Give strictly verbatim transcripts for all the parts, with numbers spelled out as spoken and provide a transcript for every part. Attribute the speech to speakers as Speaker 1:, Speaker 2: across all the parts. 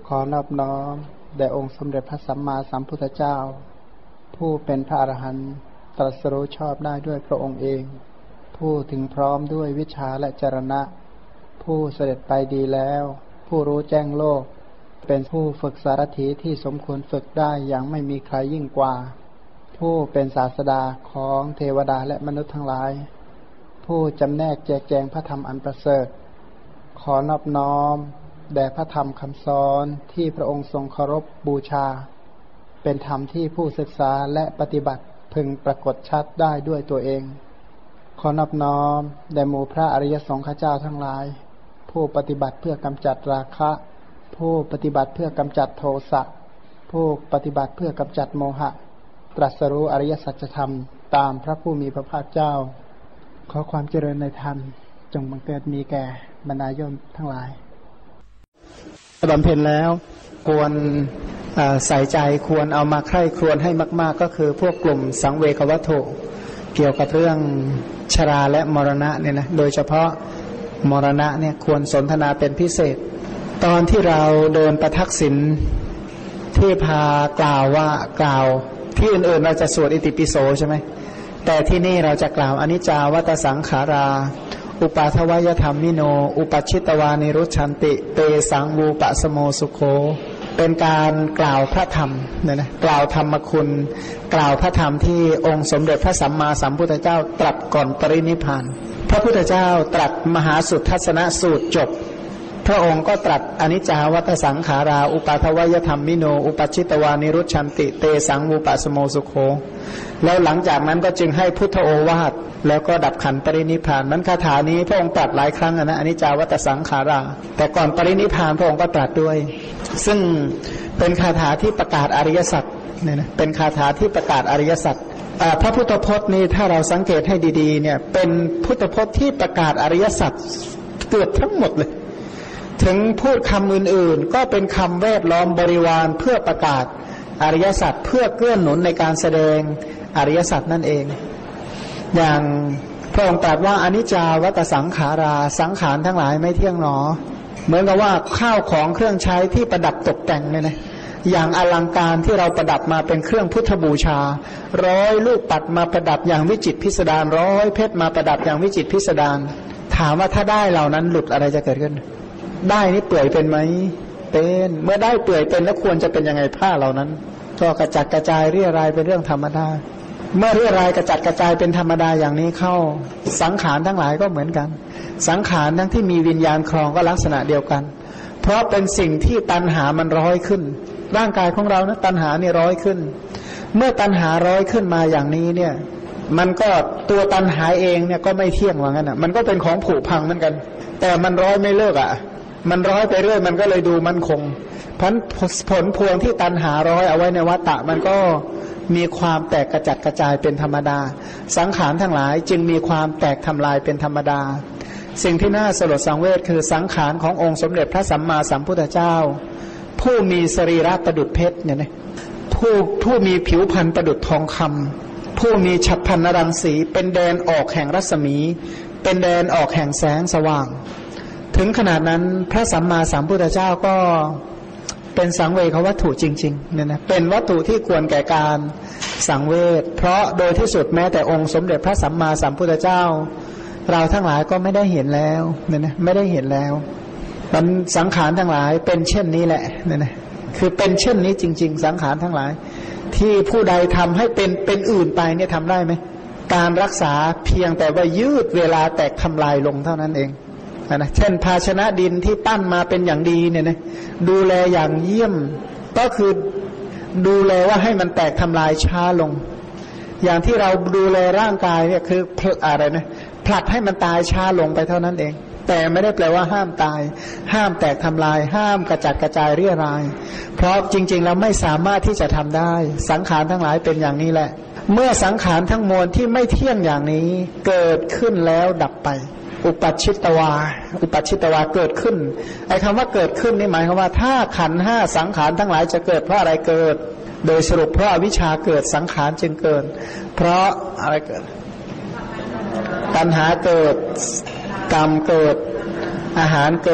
Speaker 1: ขอนอบน้อมแด่องค์สมเด็จพระสัมมาสัมพุทธเจ้าผู้เป็นพระอรหันต์ตรัสรู้ชอบได้ด้วยพระองค์เองผู้ถึงพร้อมด้วยวิชาและจรณะผู้เสด็จไปดีแล้วผู้รู้แจ้งโลกเป็นผู้ฝึกสารถีที่สมควรฝึกได้อย่างไม่มีใครยิ่งกว่าผู้เป็นศาสดาของเทวดาและมนุษย์ทั้งหลายผู้จำแนกแจกแจงพระธรรมอันประเสริฐขอนอบน้อมแด่พระธรรมคำสอนที่พระองค์ทรงเคารพบูชาเป็นธรรมที่ผู้ศึกษาและปฏิบัติพึงปรากฏชัดได้ด้วยตัวเองขอนอบน้อมแด่หมู่พระอริยสงฆ์เจ้าทั้งหลายผู้ปฏิบัติเพื่อกำจัดราคะผู้ปฏิบัติเพื่อกำจัดโทสะผู้ปฏิบัติเพื่อกำจัดโมหะตรัสรู้อริยสัจธรรมตามพระผู้มีพระภาคเจ้าขอความเจริญในธรรมจงบังเกิดมีแก่บรรดาโยมทั้งหลายบำเพ็ญแล้วควรใส่ใจควรเอามาใคร่ครวญให้มากๆก็คือพวกกลุ่มสังเวชวัตถุเกี่ยวกับเรื่องชราและมรณะเนี่ยนะโดยเฉพาะมรณะเนี่ยควรสนทนาเป็นพิเศษตอนที่เราเดินประทักษิณที่พากล่าวว่ากล่าวที่อื่นๆเราจะสวดอิติปิโสใช่ไหมแต่ที่นี่เราจะกล่าวอนิจจาวัตสังขาราอุปาทวยธรรมมิโนอุปชิตวานิรุชันติเตสังวูปะสโมสุโคเป็นการกล่าวพระธรรมเนี่ยนะกล่าวธรรมคุณกล่าวพระธรรมที่องค์สมเด็จพระสัมมาสัมพุทธเจ้าตรัสก่อนปรินิพพานพระพุทธเจ้าตรัสมหาสุทัศนสูตรจบพระองค์ก็ตรัสอนิจจาวัตสังขาราอุปาทวยธรรมมิโนอุปชิตวานิรุชันติเตสังวูปะสโมสุโคแล้วหลังจากนั้นก็จึงให้พุทธโอวาทแล้วก็ดับขันปรินิพพานนั้นคาถานี้พระองค์ตรัสหลายครั้งนะอนิจจาวัตสังขาราแต่ก่อนปรินิพพานพระองค์ก็ตรัสด้วยซึ่งเป็นคาถาที่ประกาศอริยสัจเนี่ยนะเป็นคาถาที่ประกาศอริยสัจพระพุทธพจน์นี้ถ้าเราสังเกตให้ดีๆเนี่ยเป็นพุทธพจน์ที่ประกาศอริยสัจเกือบทั้งหมดเลยถึงพูดคำอื่นๆก็เป็นคำแวดล้อมบริวารเพื่อประกาศอริยสัจเพื่อเกื้อหนุนในการแสดงอริยสัจนั่นเองอย่างพระองค์ตรัสว่าอนิจจาวัตสังขาราสังขารทั้งหลายไม่เที่ยงหนอเหมือนกับว่าข้าวของเครื่องใช้ที่ประดับตกแต่งเนี่ยนะอย่างอลังการที่เราประดับมาเป็นเครื่องพุทธบูชาร้อยลูกปัดมาประดับอย่างวิจิตรพิสดารร้อยเพชรมาประดับอย่างวิจิตรพิสดารถามว่าถ้าได้เหล่านั้นหลุดอะไรจะเกิดขึ้นได้นี่เปื่อยเป็นไหมเป็นเมื่อได้เปื่อยเป็นแล้วควรจะเป็นยังไงผ้าเหล่านั้นก็กระจัดกระจายเรี่ยรายเป็นเรื่องธรรมดาเมื่อเรี่ยรายกระจัดกระจายเป็นธรรมดาอย่างนี้เข้าสังขารทั้งหลายก็เหมือนกันสังขารทั้งที่มีวิญญาณครองก็ลักษณะเดียวกันเพราะเป็นสิ่งที่ตัณหามันร้อยขึ้นร่างกายของเรานะตัณหานี่ร้อยขึ้นเมื่อตัณหาร้อยขึ้นมาอย่างนี้เนี่ยมันก็ตัวตัณหาเองเนี่ยก็ไม่เที่ยงว่างั้นอ่ะมันก็เป็นของผุพังเหมือนกันแต่มันร้อยไม่เลิกอ่ะมันร้อยไปเรื่อยมันก็เลยดูมั่นคงผลผลพวงที่ตัณหาร้อยเอาไว้ในวัฏฏะมันก็มีความแตกกระจัดกระจายเป็นธรรมดาสังขารทั้งหลายจึงมีความแตกทำลายเป็นธรรมดาสิ่งที่น่าสลดสังเวชคือสังขารขององค์สมเด็จพระสัมมาสัมพุทธเจ้าผู้มีสรีระประดุจเพชรเนี่ยนะผู้ผู้มีผิวพรรณประดุจทองคำผู้มีฉัพพรรณรังสีเป็นแดนออกแห่งรัศมีเป็นแดนออกแห่งแสงสว่างถึงขนาดนั้นพระสัมมาสัมพุทธเจ้าก็เป็นสังเวชวัตถุจริงๆเนี่ยนะเป็นวัตถุที่ควรแก่การสังเวชเพราะโดยที่สุดแม้แต่องค์สมเด็จพระสัมมาสัมพุทธเจ้าเราทั้งหลายก็ไม่ได้เห็นแล้วเนี่ยนะไม่ได้เห็นแล้วมันสังขารทั้งหลายเป็นเช่นนี้แหละเนี่ยนะคือเป็นเช่นนี้จริงๆสังขารทั้งหลายที่ผู้ใดทำให้เป็นเป็นอื่นไปเนี่ยทำได้ไหมการรักษาเพียงแต่ว่ายืดเวลาแตกทำลายลงเท่านั้นเองนะเช่นภาชนะดินที่ปั้นมาเป็นอย่างดีเนี่ยนะดูแลอย่างเยี่ยมก็คือดูแลว่าให้มันแตกทำลายช้าลงอย่างที่เราดูแลร่างกายเนี่ยคืออะไรนะผลัดให้มันตายช้าลงไปเท่านั้นเองแต่ไม่ได้แปลว่าห้ามตายห้ามแตกทำลายห้ามกระจัดกระจายเรี่ยรายเพราะจริงๆแล้วไม่สามารถที่จะทำได้สังขารทั้งหลายเป็นอย่างนี้แหละเมื่อสังขารทั้งมวลที่ไม่เที่ยงอย่างนี้เกิดขึ้นแล้วดับไปอุปัชชิตวาอุปัชชิตวาเกิดขึ้นไอ้คำว่าเกิดขึ้นนี่หมายความว่าถ้าขันธ์ห้าสังขารทั้งหลายจะเกิดเพราะอะไรเกิดโดยสรุปเพราะอวิชชาเกิดสังขารจึงเกิดเพราะอะไรเกิดตัณหาเกิดกรรมเกิดอาหารเกิด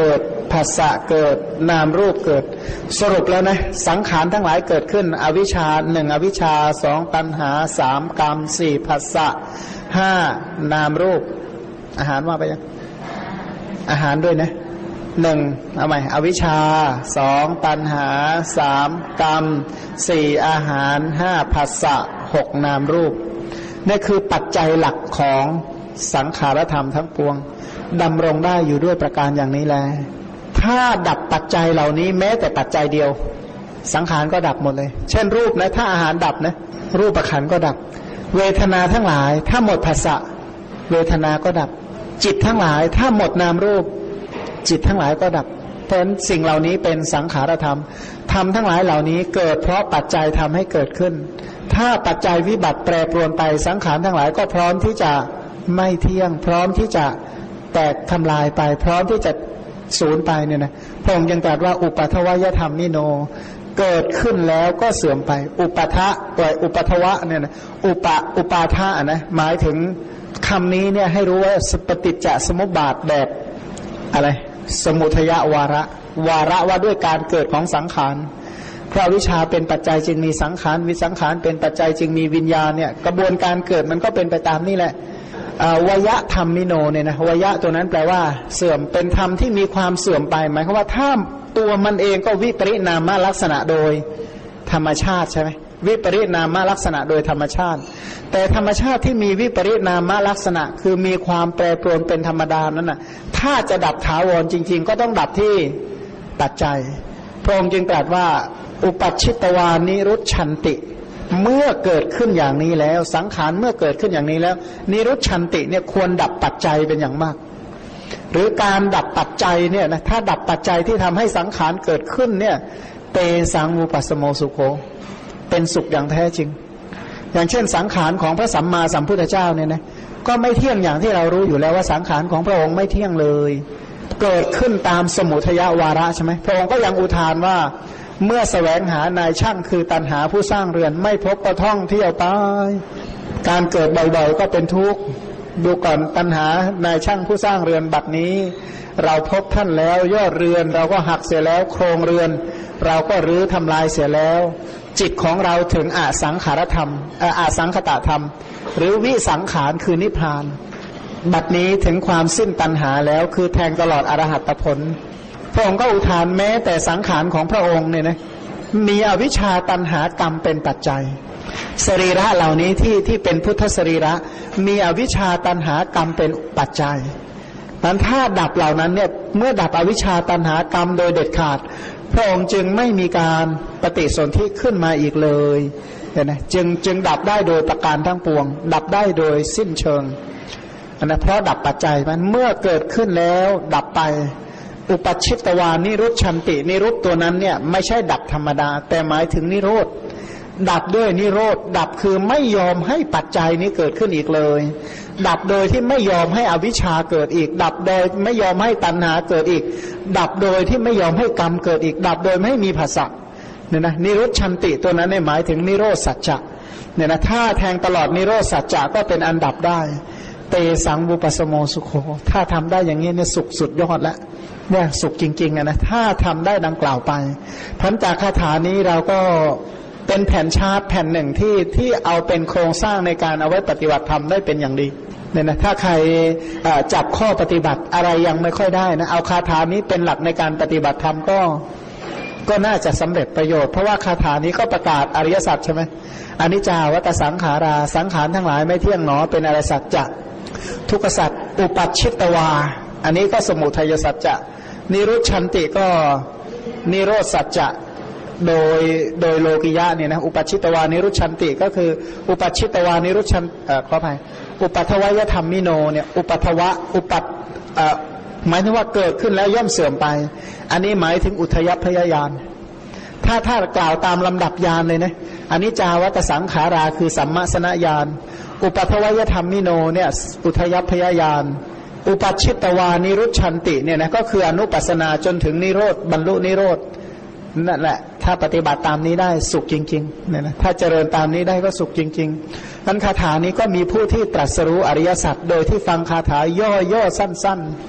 Speaker 1: ผัสสะเกิดนามรูปเกิดสรุปแล้วนะสังขารทั้งหลายเกิดขึ้นอวิชชาหนึ่งอวิชชาสองตัณหาสามกรรมสี่ผัสสะห้านามรูปอาหารว่าไปยังอาหารด้วยนะหนึ่งเอาใหม่อวิชชาสองตัณหาสามกรรมสี่อาหารห้าผัสสะหกนามรูปนี่คือปัจจัยหลักของสังขารธรรมทั้งปวงดำรงได้อยู่ด้วยประการอย่างนี้แลถ้าดับปัจจัยเหล่านี้แม้แต่ปัจจัยเดียวสังขารก็ดับหมดเลยเช่นรูปนะถ้าอาหารดับนะรูปขันธ์ก็ดับเวทนาทั้งหลายถ้าหมดผัสสะเวทนาก็ดับจิตทั้งหลายถ้าหมดนามรูปจิตทั้งหลายก็ดับเพราะฉะนั้นสิ่งเหล่านี้เป็นสังขารธรรมธรรมทั้งหลายเหล่านี้เกิดเพราะปัจจัยทำให้เกิดขึ้นถ้าปัจจัยวิบัติแปรปรวนไปสังขารทั้งหลายก็พร้อมที่จะไม่เที่ยงพร้อมที่จะแตกทำลายไปพร้อมที่จะสูญไปเนี่ยนะพระองค์ยังตรัสว่าอุปัทวยธรรมนิโนเกิดขึ้นแล้วก็เสื่อมไปอุปทะตัวอุปัทวะเนี่ยนะอุปะอุปาทะนะหมายถึงคำนี้เนี่ยให้รู้ว่าปฏิจจสมุปบาทแบบอะไรสมุทัยวาระวาระว่าด้วยการเกิดของสังขารเพราะวิชาเป็นปัจจัยจึงมีสังขารวิสังขารเป็นปัจจัยจึงมีวิญญาณเนี่ยกระบวนการเกิดมันก็เป็นไปตามนี่แหละวยะธรรมมิโนเนี่ยนะวยะตัวนั้นแปลว่าเสื่อมเป็นธรรมที่มีความเสื่อมไปหมายความว่าถ้าตัวมันเองก็วิปริณามลักษณะโดยธรรมชาติใช่ไหมวิปริณามลักษณะโดยธรรมชาติแต่ธรรมชาติที่มีวิปริณามลักษณะคือมีความแปรปรวนเป็นธรรมดานั้นน่ะถ้าจะดับถาวรจริงๆก็ต้องดับที่ปัจจัยพระองค์จึงตรัสว่าอุปัชชิตวานิรุชชันติเมื่อเกิดขึ้นอย่างนี้แล้วสังขารเมื่อเกิดขึ้นอย่างนี้แล้วนิรุชชันติเนี่ยควรดับปัจจัยเป็นอย่างมากหรือการดับปัจจัยเนี่ยนะถ้าดับปัจจัยที่ทำให้สังขารเกิดขึ้นเนี่ยเตสังอุปัสโมสุโขเป็นสุขอย่างแท้จริงอย่างเช่นสังขารของพระสัมมาสัมพุทธเจ้าเนี่ยนะก็ไม่เที่ยงอย่างที่เรารู้อยู่แล้วว่าสังขารของพระองค์ไม่เที่ยงเลยเกิดขึ้นตามสมุทัยวาระใช่ไหมพระองค์ก็ยังอุทานว่าเมื่อแสวงหานายช่างคือตัณหาผู้สร้างเรือนไม่พบก็ท่องเที่ยวไปการเกิดบ่อยๆก็เป็นทุกข์ดูก่อนตัณหานายช่างผู้สร้างเรือนบัดนี้เราพบท่านแล้วยอดเรือนเราก็หักเสียแล้วโครงเรือนเราก็รื้อทำลายเสียแล้วจิตของเราถึงอสังขารธรรมอสังคตธรรมหรือวิสังขารคือนิพพานบัดนี้ถึงความสิ้นตัณหาแล้วคือแทงตลอดอรหัตผลพระองค์ก็อุทานแม้แต่สังขารของพระองค์เนี่ยนะมีอวิชชาตัณหากรรมเป็นปัจจัยสรีระเหล่านี้ที่ที่เป็นพุทธสรีระมีอวิชชาตัณหากรรมเป็นปัจจัยนั้นถ้าดับเหล่านั้นเนี่ยเมื่อดับอวิชชาตัณหากรรมโดยเด็ดขาดพระองค์จึงไม่มีการปฏิสนธิขึ้นมาอีกเลยเห็นไหมจึงจึงดับได้โดยประการทั้งปวงดับได้โดยสิ้นเชิงอันนั้นเพราะดับปัจจัยมันเมื่อเกิดขึ้นแล้วดับไปอุปัชชิตวานิรุชชันตินิรุตตัวนั้นเนี่ยไม่ใช่ดับธรรมดาแต่หมายถึงนิโรธดับด้วยนิโรธดับคือไม่ยอมให้ปัจจัยนี้เกิดขึ้นอีกเลยดับโดยที่ไม่ยอมให้อวิชชาเกิดอีกดับโดยไม่ยอมให้ตัณหาเกิดอีกดับโดยที่ไม่ยอมให้กรรมเกิดอีกดับโดยไม่มีภาษะเนี่ยนะนิรุชชันติตัวนั้นเนี่ยหมายถึงนิโรธสัจจะเนี่ยนะถ้าแทงตลอดนิโรธสัจจะก็เป็นอันดับได้เตสังวุปัสโมสุโขถ้าทำได้อย่างนี้เนี่ยสุขสุดยอดแล้วเนี่ยสุขจริงๆนะถ้าทำได้ดังกล่าวไปพันจากคาถานี้เราก็เป็นแผ่นชาร์ตแผ่นหนึ่งที่ที่เอาเป็นโครงสร้างในการเอาไว้ปฏิบัติธรรมได้เป็นอย่างดีเนี่ยนะถ้าใครจับข้อปฏิบัติอะไรยังไม่ค่อยได้นะเอาคาถานี้เป็นหลักในการปฏิบัติธรรมก็ก็น่าจะสำเร็จประโยชน์เพราะว่าคาถานี้ก็ประกาศอริยสัจใช่ไหมอนิจจาวัฏสังขาราสังขารทั้งหลายไม่เที่ยงหนอเป็นอริยสัจจะทุกขสัจอุปัชชิตวาอันนี้ก็สมุทัยสัจจะนิรุชชันติก็นิโรธสัจจะโดยโดยโลกิยะเนี่ยนะอุปัชชิตวานิรุชชันติก็คืออุปัชชิตวานิรุชชันเอ่อขออภัยอุปัทวยธรรมมิโนเนี่ยอุปัทวะอุปัตเอ่อหมายถึงว่าเกิดขึ้นแล้วย่อมเสื่อมไปอันนี้หมายถึงอุทยพยญาณถ้าถ้ากล่าวตามลำดับญาณเลยนะอนิจจาวัฏสังขาราคือสัมมาสนญาณอุปัทวยธรรมมิโนเนี่ยอุทยพยญาณอุปัชชิตวานิรุชชันติเนี่ยนะก็คืออนุปัสนาจนถึงนิโรธบรรลุนิโรธนั่นแหละถ้าปฏิบัติตามนี้ได้สุขจริงๆเนี่ยนะถ้าเจริญตามนี้ได้ก็สุขจริงๆนั้นคาถานี้ก็มีผู้ที่ตรัสรู้อริยสัจโดยที่ฟังคาถาย่อๆสั้นๆ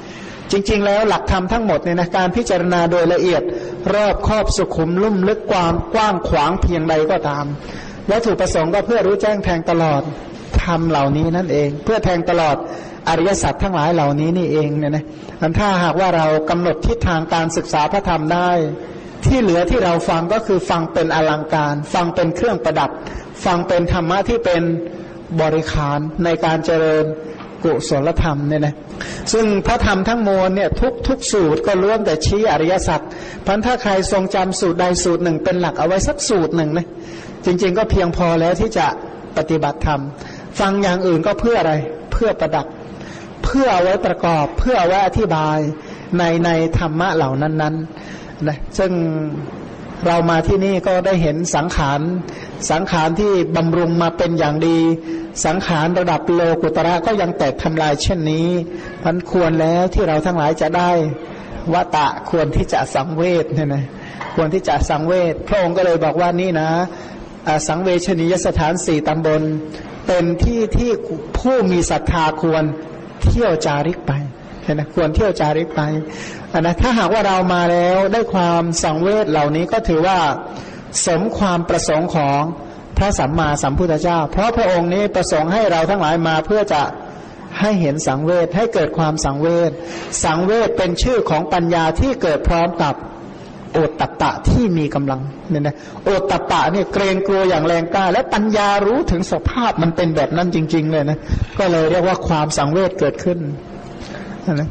Speaker 1: จริงๆแล้วหลักธรรมทั้งหมดเนี่ยนะการพิจารณาโดยละเอียดรอบครอบสุขุมลุ่มลึกความกว้างขวางเพียงใดก็ตามและถูกประสงค์ก็เพื่อรู้แจ้งแทงตลอดธรรมเหล่านี้นั่นเองเพื่อแทงตลอดอริยสัจทั้งหลายเหล่านี้นี่เองเนี่ยนะถ้าหากว่าเรากำหนดทิศทางการศึกษาพระธรรมได้ที่เหลือที่เราฟังก็คือฟังเป็นอลังการฟังเป็นเครื่องประดับฟังเป็นธรรมะที่เป็นบริขารในการเจริญกุศลธรรมเนี่ยนะซึ่งพระธรรมทั้งมวลเนี่ยทุกทุกสูตรก็ล้วนแต่ชี้อริยสัจพันถ้าใครทรงจำสูตรใดสูตรหนึ่งเป็นหลักเอาไว้สักสูตรหนึ่งนะจริงๆก็เพียงพอแล้วที่จะปฏิบัติธรรมฟังอย่างอื่นก็เพื่ออะไรเพื่อประดับเพื่อเอาไว้ประกอบเพื่อเอาไว้อธิบายในในธรรมะเหล่านั้นๆนะซึ่งเรามาที่นี่ก็ได้เห็นสังขารสังขารที่บำรุงมาเป็นอย่างดีสังขารระดับโลกุตระก็ยังแตกทำลายเช่นนี้มันควรแล้วที่เราทั้งหลายจะได้วตะควรที่จะสังเวชเนี่ยนะควรที่จะสังเวชพระองค์ก็เลยบอกว่านี่นะสังเวชนียสถานสี่ตำบลเป็นที่ที่ผู้มีศรัทธาควรเที่ยวจาริกไปเห็นไหมควรเที่ยวจาริกไปอันนะถ้าหากว่าเรามาแล้วได้ความสังเวชเหล่านี้ก็ถือว่าสมความประสงค์ของพระสัมมาสัมพุทธเจ้าเพราะพระองค์นี้ประสงค์ให้เราทั้งหลายมาเพื่อจะให้เห็นสังเวชให้เกิดความสังเวชสังเวชเป็นชื่อของปัญญาที่เกิดพร้อมกับโอตตัปปะที่มีกำลังเนี่ยนะโอตตัปปะเนี่ยเกรงกลัวอย่างแรงกล้าและปัญญารู้ถึงสภาพมันเป็นแบบนั้นจริงๆเลยนะก็เลยเรียกว่าความสังเวชเกิดขึ้นนะ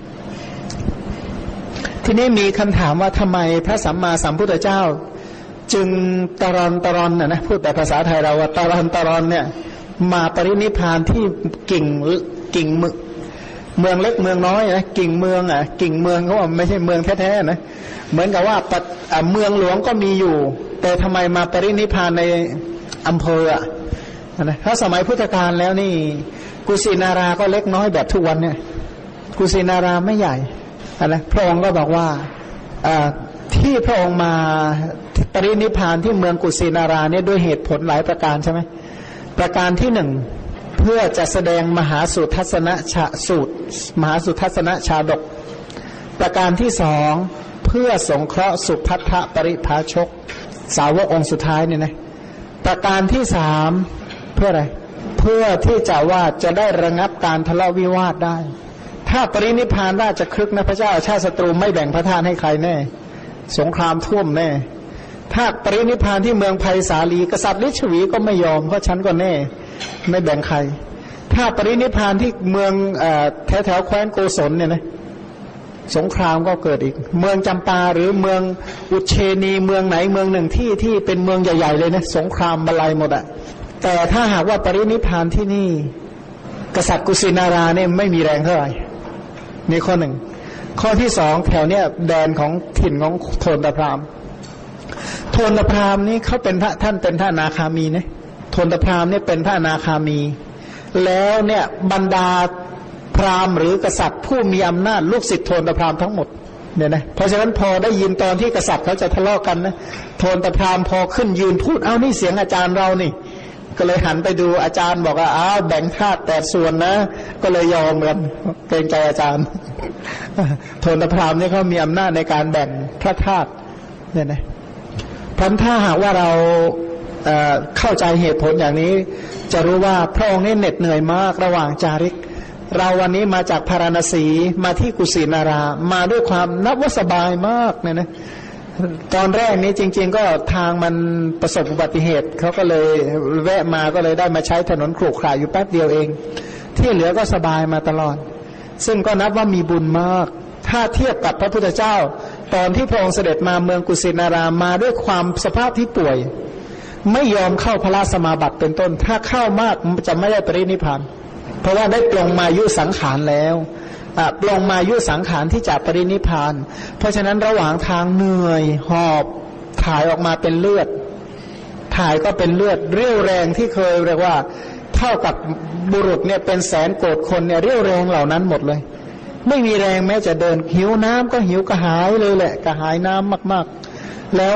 Speaker 1: ทีนี้มีคำถามว่าทำไมพระสัมมาสัมพุทธเจ้าจึงตรอนตรอนนะนะพูดแต่ภาษาไทยเราว่าตรอนตรอนเนี่ยมาปรินิพพานที่กิ่งกิ่งมึกเมืองเล็กเมืองน้อยนะกิ่งเมืองอ่ะกิ่งเมืองเขาว่าไม่ใช่เมืองแท้ๆนะเหมือนกับว่าเมืองหลวงก็มีอยู่แต่ทำไมมาปรินิพพานในอำเภออ่ะนะถ้าสมัยพุทธกาลแล้วนี่กุสินาราก็เล็กน้อยแบบทุกวันเนี่ยกุสินาราไม่ใหญ่นะพระองค์ก็บอกว่าที่พระองค์มาปรินิพพานที่เมืองกุสินาราเนี่ยด้วยเหตุผลหลายประการใช่ไหมประการที่หนึ่งเพื่อจะแสดงมหาสุทัศนชาสูตรมหาสุทัศนชาดกประการที่สองเพื่อสงเคราะห์สุภัททปริภาชกสาวกองค์สุดท้ายเนี่ยนะประการที่สามเพื่ออะไรเพื่อที่จะว่าจะได้ระงับการทะเลาะวิวาทได้ถ้าปรินิพพานราชครึกนะพระเจ้าอาชาติศัตรูไม่แบ่งพระทานให้ใครแน่สงครามท่วมแน่ถ้าปรินิพพานที่เมืองไผ่สาลีกษัตริย์ฤชวีก็ไม่ยอมเพราะฉันก็แน่ไม่แบ่งใครถ้าปรินิพพานที่เมืองแถวแถวแคว้นโกศลเนี่ยนะสงครามก็เกิดอีกเมืองจำปาหรือเมืองอุเชนีเมืองไหนเมืองหนึ่งที่ที่เป็นเมืองใหญ่ๆเลยนะสงครามบรรลัยหมดอะแต่ถ้าหากว่าปรินิพพานที่นี่กษัตริย์กุสินาราเนี่ยไม่มีแรงเท่าไหร่นี่ข้อหนึ่งข้อที่สองแถวเนี้ยแดนของถิ่นของโทนตพราหมณ์โทนตพราหมณ์นี่เขาเป็นพระท่านเป็นพระอนาคามีนะโทนตพราหมณ์เนี่ยเป็นพระอนาคามีแล้วเนี่ยบรรดาพราหมณ์หรือกษัตริย์ผู้มีอำนาจลูกศิษย์โทนตพราหมณ์ทั้งหมดเนี่ยนะเพราะฉะนั้นพอได้ยินตอนที่กษัตริย์เขาจะทะเลาะกันนะโทนตพราหมณ์พอขึ้นยืนพูดเอ้านี่เสียงอาจารย์เรานี่ก็เลยหันไปดูอาจารย์บอกว่าอ้าวแบ่งธาตุแต่ส่วนนะก็เลยยอมกันเกรงใจอาจารย์โทนตพราหมณ์นี่เขามีอำนาจในการแบ่งพระธาตุเนี่ยนะเพราะถ้าหากว่าเราเอ่อเข้าใจเหตุผลอย่างนี้จะรู้ว่าพระองค์นี่เหน็ดเหนื่อยมากระหว่างจาริกเราวันนี้มาจากพาราณสีมาที่กุสินารามาด้วยความนับว่าสบายมากเนี่ยนะตอนแรกนี้จริงๆก็ทางมันประสบอุบัติเหตุเขาก็เลยแวะมาก็เลยได้มาใช้ถนนขรุขระอยู่แป๊บเดียวเองที่เหลือก็สบายมาตลอดซึ่งก็นับว่ามีบุญมากถ้าเทียบกับพระพุทธเจ้าตอนที่พระองค์เสด็จมาเมืองกุสินารามาด้วยความสภาพที่ป่วยไม่ยอมเข้าพระสมาบัติเป็นต้นถ้าเข้ามากจะไม่ได้ปรินิพพานเพราะว่าได้ปลงมายุสังขารแล้วปลงมายุสังขารที่จะปรินิพพานเพราะฉะนั้นระหว่างทางเหนื่อยหอบถ่ายออกมาเป็นเลือดถ่ายก็เป็นเลือดเรี่ยวแรงที่เคยเรียกว่าเท่ากับบุรุษเนี่ยเป็นแสนโกรธคนเนี่ยเรี่ยวแรงเหล่านั้นหมดเลยไม่มีแรงแม้จะเดินหิวน้ำก็หิวกระหายเลยแหละกระหายน้ำมากๆแล้ว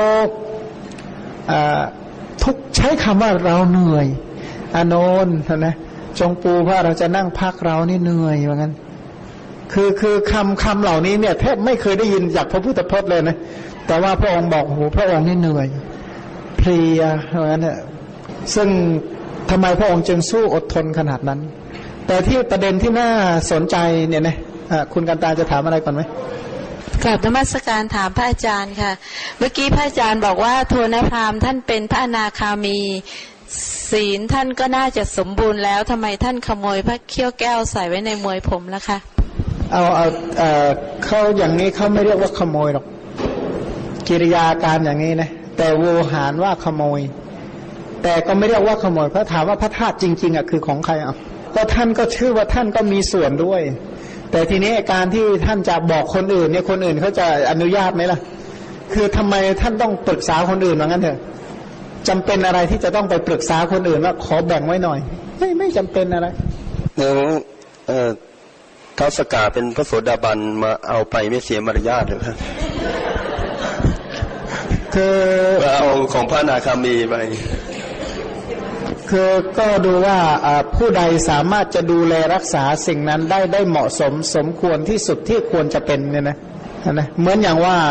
Speaker 1: ทุกใช้คำว่าเราเหนื่อยอานนท์นะจงปูว่าเราจะนั่งพักเรานี่เหนื่อยว่างั้นคือคือคำคำเหล่านี้เนี่ยแทบไม่เคยได้ยินจากพระพุทธพจน์เลยนะแต่ว่าพระองค์บอกโอ้โหพระองค์นี่เหนื่อยเพลียเหมือนกันเนี่ยซึ่งทำไมพระองค์จึงสู้อดทนขนาดนั้นแต่ที่ประเด็นที่น่าสนใจเนี่ยนะคุณกันตาจะถามอะไรก่อนไหม
Speaker 2: กราบนมัสการถามพระอาจารย์ค่ะเมื่อกี้พระอาจารย์บอกว่าโทนพราหมณ์ท่านเป็นพระอนาคามีศีลท่านก็น่าจะสมบูรณ์แล้วทำไมท่านขโมยพระเขี้ยวแก้วใส่ไว้ในมวยผมล่ะคะ
Speaker 1: เอาเอาเอ่อเขาอย่างนี้เขาไม่เรียกว่าขโมยหรอกกิริยาการอย่างนี้นะแต่โวหารว่าขโมยแต่ก็ไม่เรียกว่าขโมยเพราะถามว่าพระธาตุจริงๆอ่ะคือของใครอ่ะก็ท่านก็ชื่อว่าท่านก็มีส่วนด้วยแต่ทีนี้การที่ท่านจะบอกคนอื่นเนี่ยคนอื่นเขาจะอนุญาตไหมล่ะคือทำไมท่านต้องปรึกษาคนอื่นว่างั้นเถอะจำเป็นอะไรที่จะต้องไปปรึกษาคนอื่นว่าขอแบ่งไว้หน่อยไม่ไม่จำเป็นอะไร
Speaker 3: เนื่องเอ่อท้าวสกาเป็นพระโสดาบันมาเอาไปไม่เสียมารยาทหรือครับ
Speaker 1: คือ
Speaker 3: เอาของพระอนาคามีไป
Speaker 1: คือก็ดูว่าผู้ใดสามารถจะดูแลรักษาสิ่งนั้นได้ได้เหมาะสมสมควรที่สุดที่ควรจะเป็นเนี่ยนะนะเหมือนอย่างว่า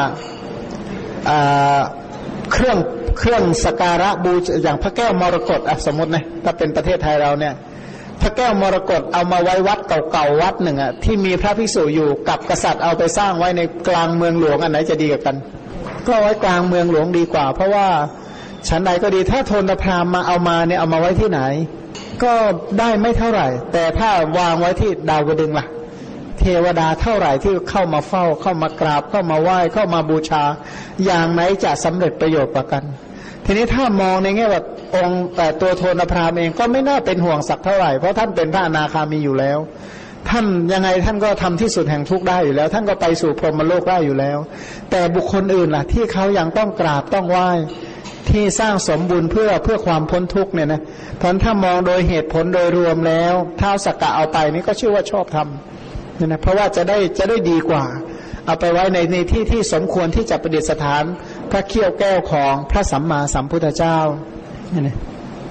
Speaker 1: เครื่องเครื่องสักการะบูชาอย่างพระแก้วมรกตสมมตินะถ้าเป็นประเทศไทยเราเนี่ยพระแก้วมรกตเอามาไว้วัดเก่าๆวัดหนึ่งอ่ะที่มีพระภิกษุอยู่กับกษัตริย์เอาไปสร้างไว้ในกลางเมืองหลวงอันไหนจะดีกว่ากันก็ไว้กลางเมืองหลวงดีกว่าเพราะว่าชั้นใดก็ดีถ้าโทนพราหมณ์มาเอามาเนี่ยเอามาไว้ที่ไหนก็ได้ไม่เท่าไหร่แต่ถ้าวางไว้ที่ดาวดึงล่ะเทวดาเท่าไหร่ที่เข้ามาเฝ้าเข้ามากราบเข้ามาไหว้เข้ามาบูชาอย่างไหนจะสำเร็จประโยชน์กว่ากันทีนี้ถ้ามองในแง่ว่าองค์แต่ตัวโทนพราหมณ์เองก็ไม่น่าเป็นห่วงสักเท่าไหร่เพราะท่านเป็นพระอนาคามีอยู่แล้วท่านยังไงท่านก็ทำที่สุดแห่งทุกข์ได้อยู่แล้วท่านก็ไปสู่พรหมโลกได้อยู่แล้วแต่บุคคลอื่นล่ะที่เขายังต้องกราบต้องไหว้ที่สร้างสมบุญเพื่อเพื่อความพ้นทุกข์เนี่ยนะเพราะถ้ามองโดยเหตุผลโดยรวมแล้วท้าวสักกะเอาไปนี่ก็ชื่อว่าชอบทำเนี่ยนะเพราะว่าจะได้จะได้ดีกว่าเอาไปไว้ในในที่ที่สมควรที่จะประดิษฐานพระเขี้ยวแก้วของพระสัมมาสัมพุทธเจ้าเนี่ยนะ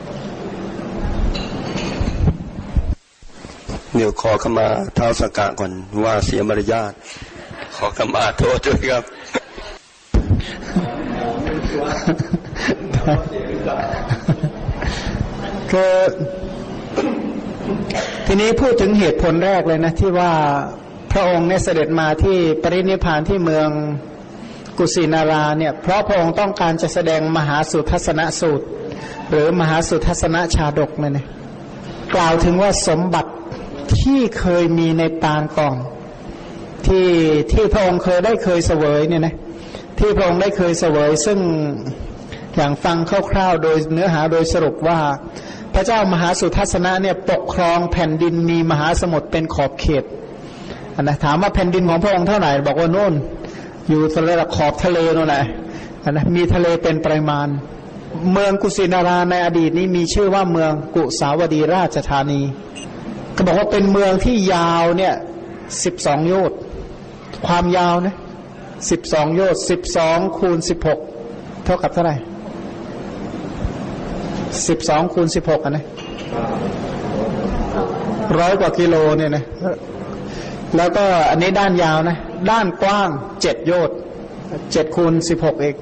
Speaker 3: เดี๋ยวขอขมาท้าวสักกะก่อนว่าเสียมารยาทขอขมาโทษด้วยครับ
Speaker 1: คือทีนี้พูดถึงเหตุผลแรกเลยนะที่ว่าพระองค์เนี่ยเสด็จมาที่ปรินิพพานที่เมืองกุสินาราเนี่ยเพราะพระองค์ต้องการจะแสดงมหาสุทัศนสูตรหรือมหาสุทัศนชาดกเนี่ยนะกล่าวถึงว่าสมบัติที่เคยมีในปางก่อนที่ที่พระองค์เคยได้เคยเสวยเนี่ยนะที่พระองค์ได้เคยเสวยซึ่งอย่างฟังคร่าวๆโดยเนื้อหาโดยสรุปว่าพระเจ้ามหาสุทัศนะเนี่ยปกครองแผ่นดินมีมหาสมุทรเป็นขอบเขตอันนะถามว่าแผ่นดินของพระองค์เท่าไหร่บอกว่าโน่นอยู่ระดับขอบทะเลโน่นแหละอันนะมีทะเลเป็นปริมาณเมืองกุสินาราในอดีตนี้มีชื่อว่าเมืองกุสาวดีราชธานีก็บอกว่าเป็นเมืองที่ยาวเนี่ยสิบสองโยชน์ความยาวนะสิบสองโยชน์สิบสองคูณสิบหกเท่ากับเท่าไหร่สิบสองคูณสิบหกอ่ะนะร้อยกว่ากิโลเนี่ยนะแล้วก็อันนี้ด้านยาวนะด้านกว้างเจ็ดโยชน์เจ็ดคูณสิบหกเอง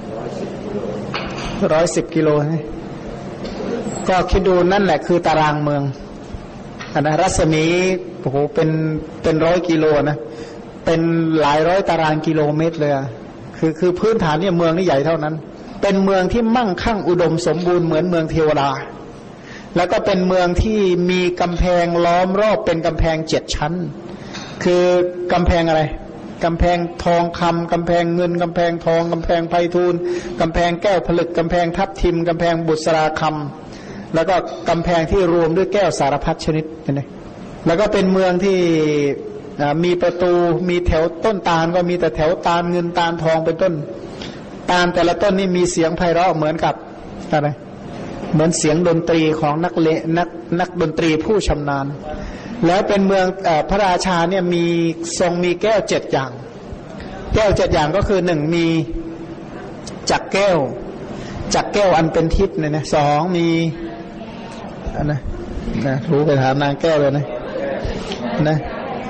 Speaker 1: ร้อยสิบกิโลนะก็คิดดูนั่นแหละคือตารางเมืองอันนะรัศมีโอ้โหเป็นเป็นร้อยกิโลนะเป็นหลายร้อยตารางกิโลเมตรเลยคือคือพื้นฐานเนี่ยเมืองนี่ใหญ่เท่านั้นเป็นเมืองที่มั่งคั่งอุดมสมบูรณ์เหมือนเมืองเทวดาแล้วก็เป็นเมืองที่มีกำแพงล้อมรอบเป็นกำแพงเจ็ดชั้นคือกำแพงอะไรกำแพงทองคำกำแพงเงินกำแพงทองกำแพงไพฑูรย์กำแพงแก้วผลึกกำแพงทับทิมกำแพงบุษราคำแล้วก็กำแพงที่รวมด้วยแก้วสารพัดชนิดนี่แล้วก็เป็นเมืองที่มีประตูมีแถวต้นตาลก็มีแต่แถวตาลเงินตาลทองเป็นต้นตาลแต่ละต้นนี่มีเสียงไพเราะเหมือนกับอะไรเหมือนเสียงดนตรีของนักเลนักนักดนตรีผู้ชำนาญแล้วเป็นเมืองเอ่อพระราชาเนี่ยมีทรงมีแก้วเจ็ดอย่างแก้วเจ็ดอย่างก็คือหนึ่งมีจักแก้วจักแก้วอันเป็นทิพย์เนี่ยนะสองมีอันนะนะรู้ไปถามนางแก้วเลยนะนะ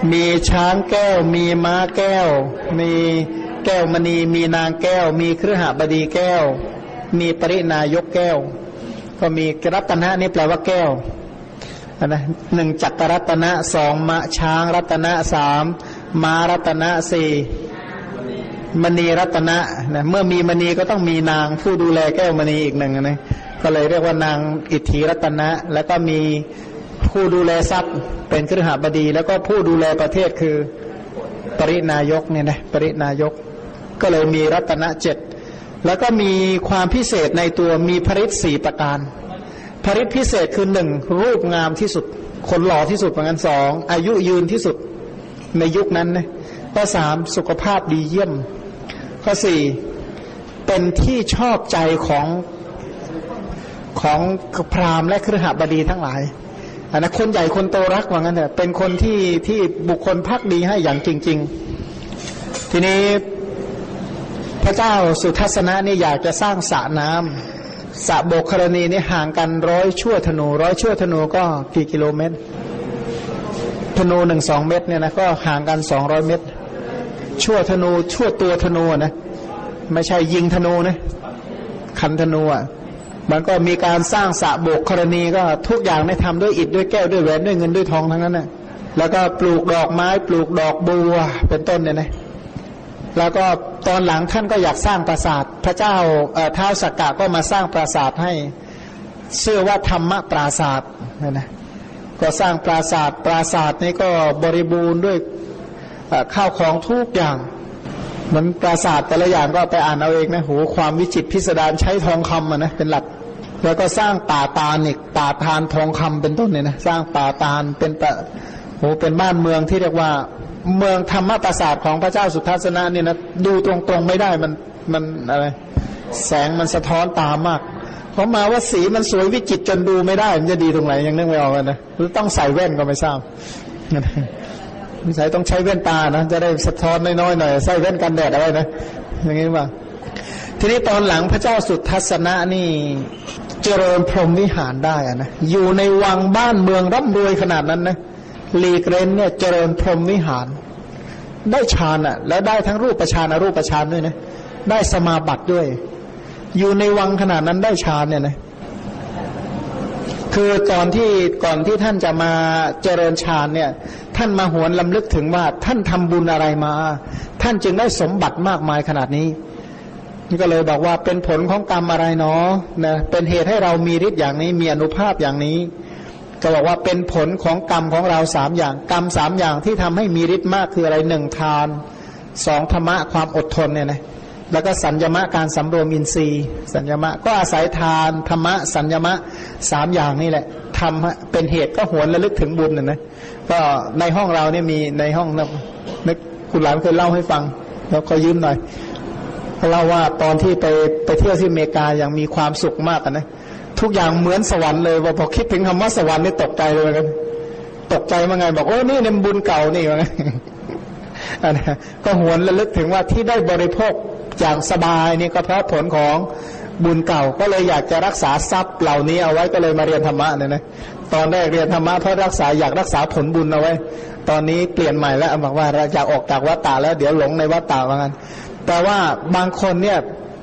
Speaker 1: มีช้างแก้วมีม้าแก้วมีแก้วมณีมีนางแก้วมีคฤหบดีแก้วมีปรินายกแก้วก็มีรัตนะนี่แปลว่าแก้วนะหนึ่งจักรรัตนะสองมะช้างรัตนะสามม้ารัตนะสี่มณีรัตนะนะเมื่อมีมณีก็ต้องมีนางผู้ดูแลแก้วมณีอีกหนึ่งนะก็เลยเรียกว่านางอิทธิรัตนะแล้วก็มีผู้ดูแลทรัพย์เป็นคฤหบดีแล้วก็ผู้ดูแลประเทศคือปรินายกเนี่ยนะปรินายกก็เลยมีรัตนะเจ็ดแล้วก็มีความพิเศษในตัวมีพริตสี่ประการพริตพิเศษคือหนึ่งรูปงามที่สุดคนหล่อที่สุดเหมือนกันสองอายุยืนที่สุดในยุคนั้นนะข้อสามสุขภาพดีเยี่ยมข้อสี่เป็นที่ชอบใจของของพราหมณ์และคฤหบดีทั้งหลายอันนั้นคนใหญ่คนโตรักว่างั้นเถอะเป็นคนที่ที่บุคคลภักดีให้อย่างจริงๆทีนี้พระเจ้าสุทัศนะนี่อยากจะสร้างสระน้ำสระโบกกรณีนี่ห่างกันร้อยชั่วธนูร้อยชั่วธนูก็กี่กิโลเมตรธนูหนึ่งสองเมตรเนี่ยนะก็ห่างกันสองร้อยเมตรชั่วธนูชั่วตัวธนูนะไม่ใช่ยิงธนูนะคันธนูอ่ะมันก็มีการสร้างสระโบกกรณีก็ทุกอย่างได้ทำด้วยอิฐด้วยแก้วด้วยแหวนด้วยเงินด้วยทองทั้งนั้นนะแล้วก็ปลูกดอกไม้ปลูกดอกบัวเป็นต้นเนี่ยนะแล้วก็ตอนหลังท่านก็อยากสร้างปราสาทพระเจ้าท้าวสักกะก็มาสร้างปราสาทให้ชื่อว่าธรรมปราสาทนะนะก็สร้างปราสาทปราสาทนี้ก็บริบูรณ์ด้วยข้าวของทุกอย่างมันปราสาทแต่ละอย่างก็ไปอ่านเอาเองนะโหความวิจิตรพิสดารใช้ทองคำอ่ะนะเป็นหลักแล้วก็สร้างป่าตาลอีกป่าทานทองคำเป็นต้นเนี่ยนะสร้างป่าตาลเป็นป่าโหเป็นบ้านเมืองที่เรียกว่าเมืองธรรมปราสาทของพระเจ้าสุทัศนะเนี่ยนะดูตรงๆไม่ได้มันมันอะไรแสงมันสะท้อนตามากเพราะมาว่าสีมันสวยวิจิตรจนดูไม่ได้มันจะดีตรงไหนยังนึกไม่ออกนะหรือต้องใส่แว่นก็ไม่ทราบมิสัยต้องใช้แว่นตานะจะได้สะท้อนน้อยๆหน่อยใส่แว่นกันแดดอะไรนะอย่างนี้ว่าทีนี้ตอนหลังพระเจ้าสุทัศนะนี่เจริญพรหมวิหารได้อะนะอยู่ในวังบ้านเมืองร่ำรวยขนาดนั้นนะหลีกเร้นเนี่ยเจริญพรหมวิหารได้ฌานอ่ะแล้วได้ทั้งรูปฌานอรูปฌานด้วยนะได้สมาบัติด้วยอยู่ในวังขนาดนั้นได้ฌานเนี่ยนะคือก่อนที่ก่อนที่ท่านจะมาเจริญฌานเนี่ยท่านมาหวนลำลึกถึงว่าท่านทำบุญอะไรมาท่านจึงได้สมบัติมากมายขนาดนี้นี่ก็เลยบอกว่าเป็นผลของกรรมอะไรเนาะนะเป็นเหตุให้เรามีฤทธิ์อย่างนี้มีอานุภาพอย่างนี้ก็บอกว่าเป็นผลของกรรมของเราสามอย่างกรรมสามอย่างที่ทำให้มีฤทธิ์มากคืออะไรหนึ่งทานสองธรรมะความอดทนเนี่ยนะแล้วก็สัญญมะการสำรวมอินทรีย์สัญญมะก็อาศัยทานธรรมะสัญญมะสามอย่างนี่แหละทำเป็นเหตุก็หวนระลึกถึงบุญนะนะก็ในห้องเราเนี่ยมีในห้องนึกคุณหลานเคยเล่าให้ฟังแล้วขอยืมหน่อยเล่าว่าตอนที่ไปไปเที่ยวที่อเมริกาอย่างมีความสุขมากนะทุกอย่างเหมือนสวรรค์เลยพอคิดถึงคำว่าสวรรค์นี่ตกใจเลยกันตกใจมาไงบอกโอ้นี่เนี่ยบุญเก่านี่ว่าไงก็หวนระลึกถึงว่าที่ได้บริโภคอย่างสบายนี่ก็เพราะผลของบุญเก่าก็เลยอยากจะรักษาทรัพย์เหล่านี้เอาไว้ก็เลยมาเรียนธรรมะเนี่ยนะตอนแรกเรียนธรรมะเพราะรักษาอยากรักษาผลบุญเอาไว้ตอนนี้เปลี่ยนใหม่แล้วบอกว่าเราอยากออกจากวัฏฏะแล้วเดี๋ยวหลงในวัฏฏะว่างั้นแต่ว่าบางคนเนี่ย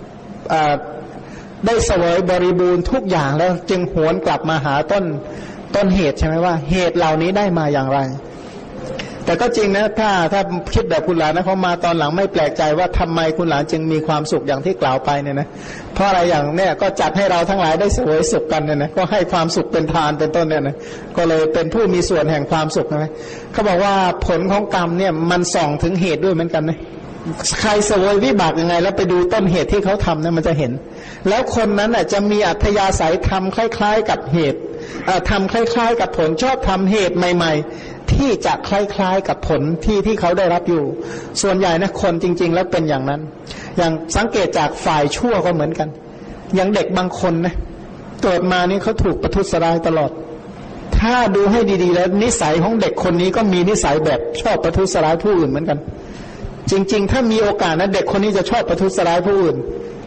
Speaker 1: ได้เสวยบริบูรณ์ทุกอย่างแล้วจึงหวนกลับมาหาต้นต้นเหตุใช่ไหมว่าเหตุเหล่านี้ได้มาอย่างไรแต่ก็จริงนะถ้าถ้าคิดแบบคุณหลานนะเขามาตอนหลังไม่แปลกใจว่าทำไมคุณหลานจึงมีความสุขอย่างที่กล่าวไปเนี่ยนะเพราะอะไรอย่างเนี้ยก็จัดให้เราทั้งหลายได้เสวยสุขกันเนี่ยนะก็ให้ความสุขเป็นทานเป็นต้นเนี่ยนะก็เลยเป็นผู้มีส่วนแห่งความสุขนะเขาบอกว่าผลของกรรมเนี่ยมันส่องถึงเหตุด้วยเหมือนกันนะใครเสวยวิบากยังไงแล้วไปดูต้นเหตุที่เขาทำเนี่ยมันจะเห็นแล้วคนนั้นอ่ะจะมีอัธยาศัยทำคล้ายๆกับเหตุทำคล้ายๆกับผลชอบทำเหตุใหม่ๆที่จะคล้ายๆกับผลที่ที่เขาได้รับอยู่ส่วนใหญ่นะคนจริงๆแล้วเป็นอย่างนั้นอย่างสังเกตจากฝ่ายชั่วก็เหมือนกันอย่างเด็กบางคนนะเกิดมานี่เขาถูกประทุษร้ายตลอดถ้าดูให้ดีๆแล้วนิสัยของเด็กคนนี้ก็มีนิสัยแบบชอบประทุษร้ายผู้อื่นเหมือนกันจริงๆถ้ามีโอกาสนะเด็กคนนี้จะชอบประทุษร้ายผู้อื่น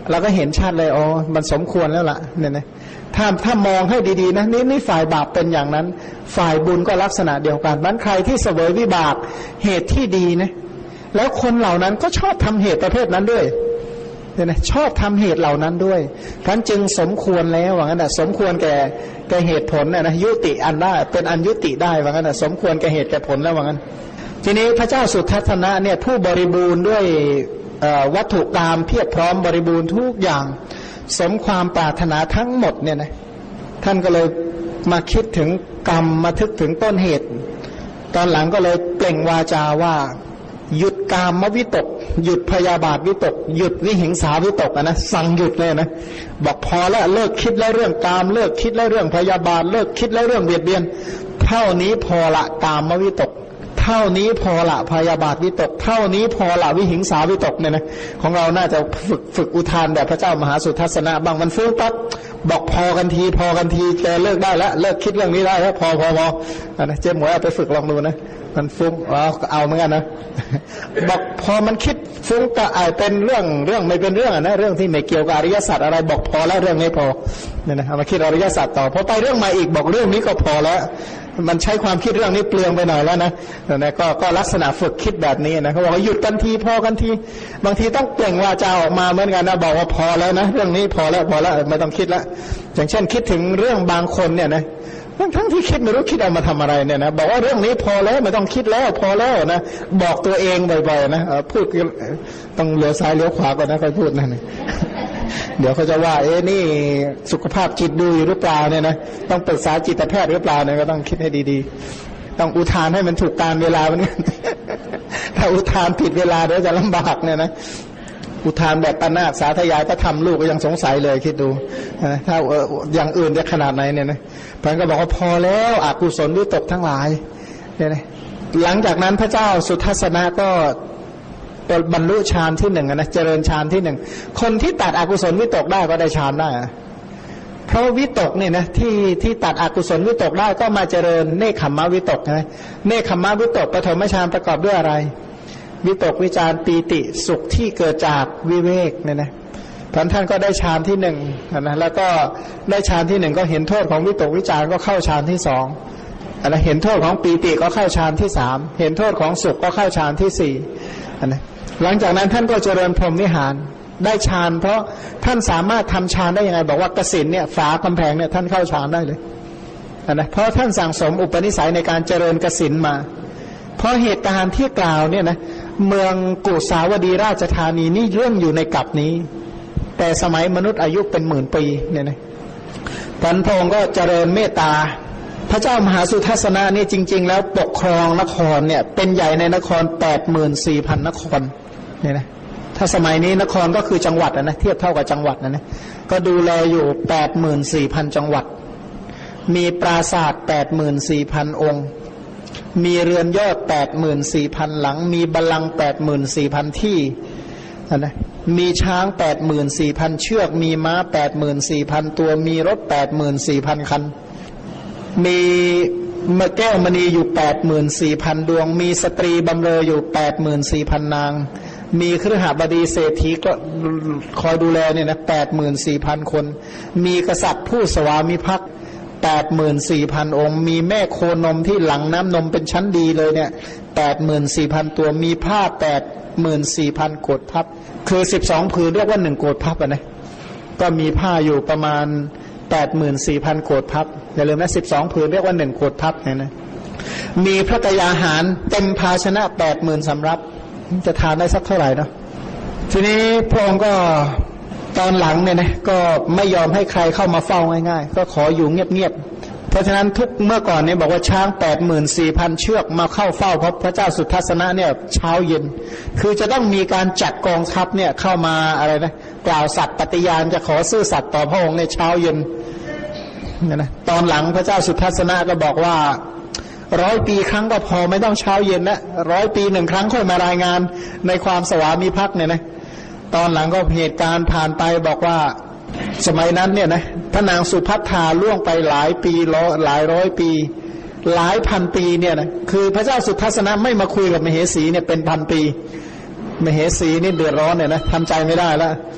Speaker 1: เราก็เห็นชัดเลยอ๋อมันสมควรแล้วล่ะเนี่ยนะถ้าถ้ามองให้ดีๆนะนี่นี่ฝ่ายบาปเป็นอย่างนั้นฝ่ายบุญก็ลักษณะเดียวกันนั้นใครที่เสวยวิบากเหตุที่ดีนะแล้วคนเหล่านั้นก็ชอบทำเหตุประเภทนั้นด้วยเนี่ยนะชอบทำเหตุเหล่านั้นด้วยท่านจึงสมควรแล้วว่างั้นนะสมควรแก่แก่เหตุผลนะนะยุติอันได้เป็นอันยุติได้ว่างั้นนะสมควรแก่เหตุแก่ผลแล้วว่างั้นทีนี้พระเจ้าสุทัศนะเนี่ยผู้บริบูรณ์ด้วยวัตถุกรรมเพียบพร้อมบริบูรณ์ทุกอย่างสมความปรารถนาทั้งหมดเนี่ยนะท่านก็เลยมาคิดถึงกรรมมาทึกถึงต้นเหตุตอนหลังก็เลยเปล่งวาจาว่าหยุดกามวิตกหยุดพยาบาทวิตกหยุดวิหิงสาวิตกนะสั่งหยุดเลยนะบอกพอแล้วเลิกคิดแล้วเรื่องกามเลิกคิดแล้วเรื่องพยาบาทเลิกคิดแล้วเรื่องเบียดเบียนเท่านี้พอละกามวิตกเท่านี้พอละพยาบาทวิตกเท่านี้พอละวิหิงสาวิตกเนี่ยนะของเราน่าจะฝึกฝึกอุทานแบบพระเจ้ามหาสุทัศนะบางมันฟุ้งปั๊บบอกพอกันทีพอกันทีแกเลิกได้แล้วเลิกคิดเรื่องนี้ได้แล้วพอพอพอนะเจ๊หมวยเอาไปฝึกลองดูนะมันฟุ้งเอาเอาเหมือนกันนะบอกพอมันคิดฟุ้งก็อาจเป็นเรื่องเรื่องไม่เป็นเรื่องนะเรื่องที่ไม่เกี่ยวกับอริยสัจอะไรบอกพอแล้วเรื่องนี้พอเนี่ยนะเอามาคิดอริยสัจต่อพอไปเรื่องมาอีกบอกเรื่องนี้ก็พอแล้วมันใช้ความคิดเรื่องนี้เปลืองไปหน่อยแล้วนะนะก็ก็ลักษณะฝึกคิดแบบนี้นะเขาบอกว่าหยุดกันทีพอกันทีบางทีต้องเปล่งวาจาออกมาเหมือนกันนะบอกว่าพอแล้วนะเรื่องนี้พอแล้วพอแล้วไม่ต้องคิดแล้วอย่างเช่นคิดถึงเรื่องบางคนเนี่ยนะทั้งทั้งที่คิดไม่รู้คิดเอามาทำอะไรเนี่ยนะบอกว่าเรื่องนี้พอแล้วไม่ต้องคิดแล้วพอแล้วนะบอกตัวเองบ่อยๆนะพูดต้องเลี้ยวซ้ายเลี้ยวขวาก่อนนะค่อยพูดนั่นเดี๋ยวเขาจะว่าเอ๊ะนี่สุขภาพจิตดูอยู่หรือเปล่าเนี่ยนะต้องปรึกษาจิตแพทย์หรือเปล่าเนี่ยก็ต้องคิดให้ดีๆต้องอุทานให้มันถูกการเวลาเหมือนกันถ้าอุทานผิดเวลาเดี๋ยวจะลำบากเนี่ยนะอุทานแบบปนาสาธยายก็ทำลูกก็ยังสงสัยเลยคิดดูถ้าอย่างอื่นจะขนาดไหนเนี่ยนะพระก็บอกว่าพอแล้วอกุศลวิตกทั้งหลายเนี่ยนะหลังจากนั้นพระเจ้าสุทัศนะก็บรรลุฌานที่หนึ่งนะเจริญฌานที่หนึ่งคนที่ตัดอกุศลวิตกได้ก็ได้ฌานได้เพราะวิตกเนี่ยนะที่ที่ตัดอกุศลวิตกได้ก็มาเจริญเนคขมมวิตกนะเนคขมมวิตกปฐมฌานประกอบด้วยอะไรวิตกวิจารปีติสุขที่เกิดจากวิเวกเนี่ยนะท่านท่านก็ได้ฌานที่หนึ่งนะแล้วก็ได้ฌานที่หนึ่งก็เห็นโทษของวิตกวิจารก็เข้าฌานที่สองอะไรเห็นโทษของปีติก็เข้าฌานที่สามเห็นโทษของสุขก็เข้าฌานที่สี่นะหลังจากนั้นท่านก็เจริญพรหมวิหารได้ฌานเพราะท่านสามารถทำฌานได้ยังไงบอกว่ากสิณเนี่ยฝากำแพงเนี่ยท่านเข้าฌานได้เลยนะเพราะท่านสั่งสมอุปนิสัยในการเจริญกสิณมาเพราะเหตุการณ์ที่กล่าวเนี่ยนะเมืองกุสาวดีราชธานีนี่เรื่องอยู่ในกลับนี้แต่สมัยมนุษย์อายุเป็นหมื่นปีเนี่ยนะท่านพระองค์ก็เจริญเมตตาพระเจ้ามหาสุทัศนะนี่จริงๆแล้วปกครองนครเนี่ยเป็นใหญ่ในนครแปดหมื่นสี่พันนครเนี่ยนะถ้าสมัยนี้นครก็คือจังหวัดนะเทียบเท่ากับจังหวัดนะนะก็ดูแลอยู่แปดหมื่นสี่พันจังหวัดมีปราสาทแปดหมื่นสี่พันองค์มีเรือนยอดแปดหมื่นสี่พันหลังมีบัลลังก์แปดหมื่นสี่พันที่นะมีช้างแปดหมื่นสี่พันเชือกมีม้าแปดหมื่นสี่พันตัวมีรถแปดหมื่นสี่พันคันมีมะแก้วมณีอยู่แปดหมื่นสี่พันดวงมีสตรีบำเรออยู่แปดหมื่นสี่พันนางมีคฤหบดีเศรษฐีก็คอยดูแลเนี่ยนะแปดหมื่นสี่พันคนมีกษัตริย์ผู้สวามิภักดิ์แปดหมื่นสี่พันองค์มีแม่โคนมที่หลังน้ำนมเป็นชั้นดีเลยเนี่ยแปดหมื่นสี่พันตัวมีผ้าแปดหมื่นสี่พันโกฏพับคือสิบสองผืนเรียกว่าหนึ่งโกฏพับอ่ะนะก็มีผ้าอยู่ประมาณแปดหมื่นสี่พันโกฏพับอย่าลืมนะสิบสองผืนเรียกว่าหนึ่งโกฏพับเนี่ยนะมีพระกยาหารเต็มภาชนะแปดหมื่นสำรับจะทานได้สักเท่าไหร่เนาะทีนี้พระองค์ก็ตอนหลังเนี่ยนะก็ไม่ยอมให้ใครเข้ามาเฝ้าง่ายๆก็ขออยู่เงียบๆเพราะฉะนั้นทุกเมื่อก่อนเนี่ยบอกว่าช้างแปดหมื่นสี่พันเชือกมาเข้าเฝ้าพระพระเจ้าสุทัศนะเนี่ยเช้าเย็นคือจะต้องมีการจัดกองทัพเนี่ยเข้ามาอะไรนะกล่าวสัตย์ปฏิญาณจะขอซื่อสัตย์ต่อพระองค์ในเช้าเย็นเนี่ยนะตอนหลังพระเจ้าสุทัศนะก็บอกว่าร้อยปีครั้งก็พอไม่ต้องเช้าเย็นนะร้อยปีหนึ่งครั้งค่อยมารายงานในความสวามิภักดิ์เนี่ยนะตอนหลังก็เหตุการณ์ผ่านไปบอกว่าสมัยนั้นเนี่ยนะพระนางสุภัทธาล่วงไปหลายปีหลายร้อยปีหลายพันปีเนี่ยนะคือพระเจ้าสุทัศนะไม่มาคุยกับมเหสีเนี่ยเป็นพันปีมเหสีนี่เดือดร้อนเนี่ยนะทำใจไม่ได้แล้ว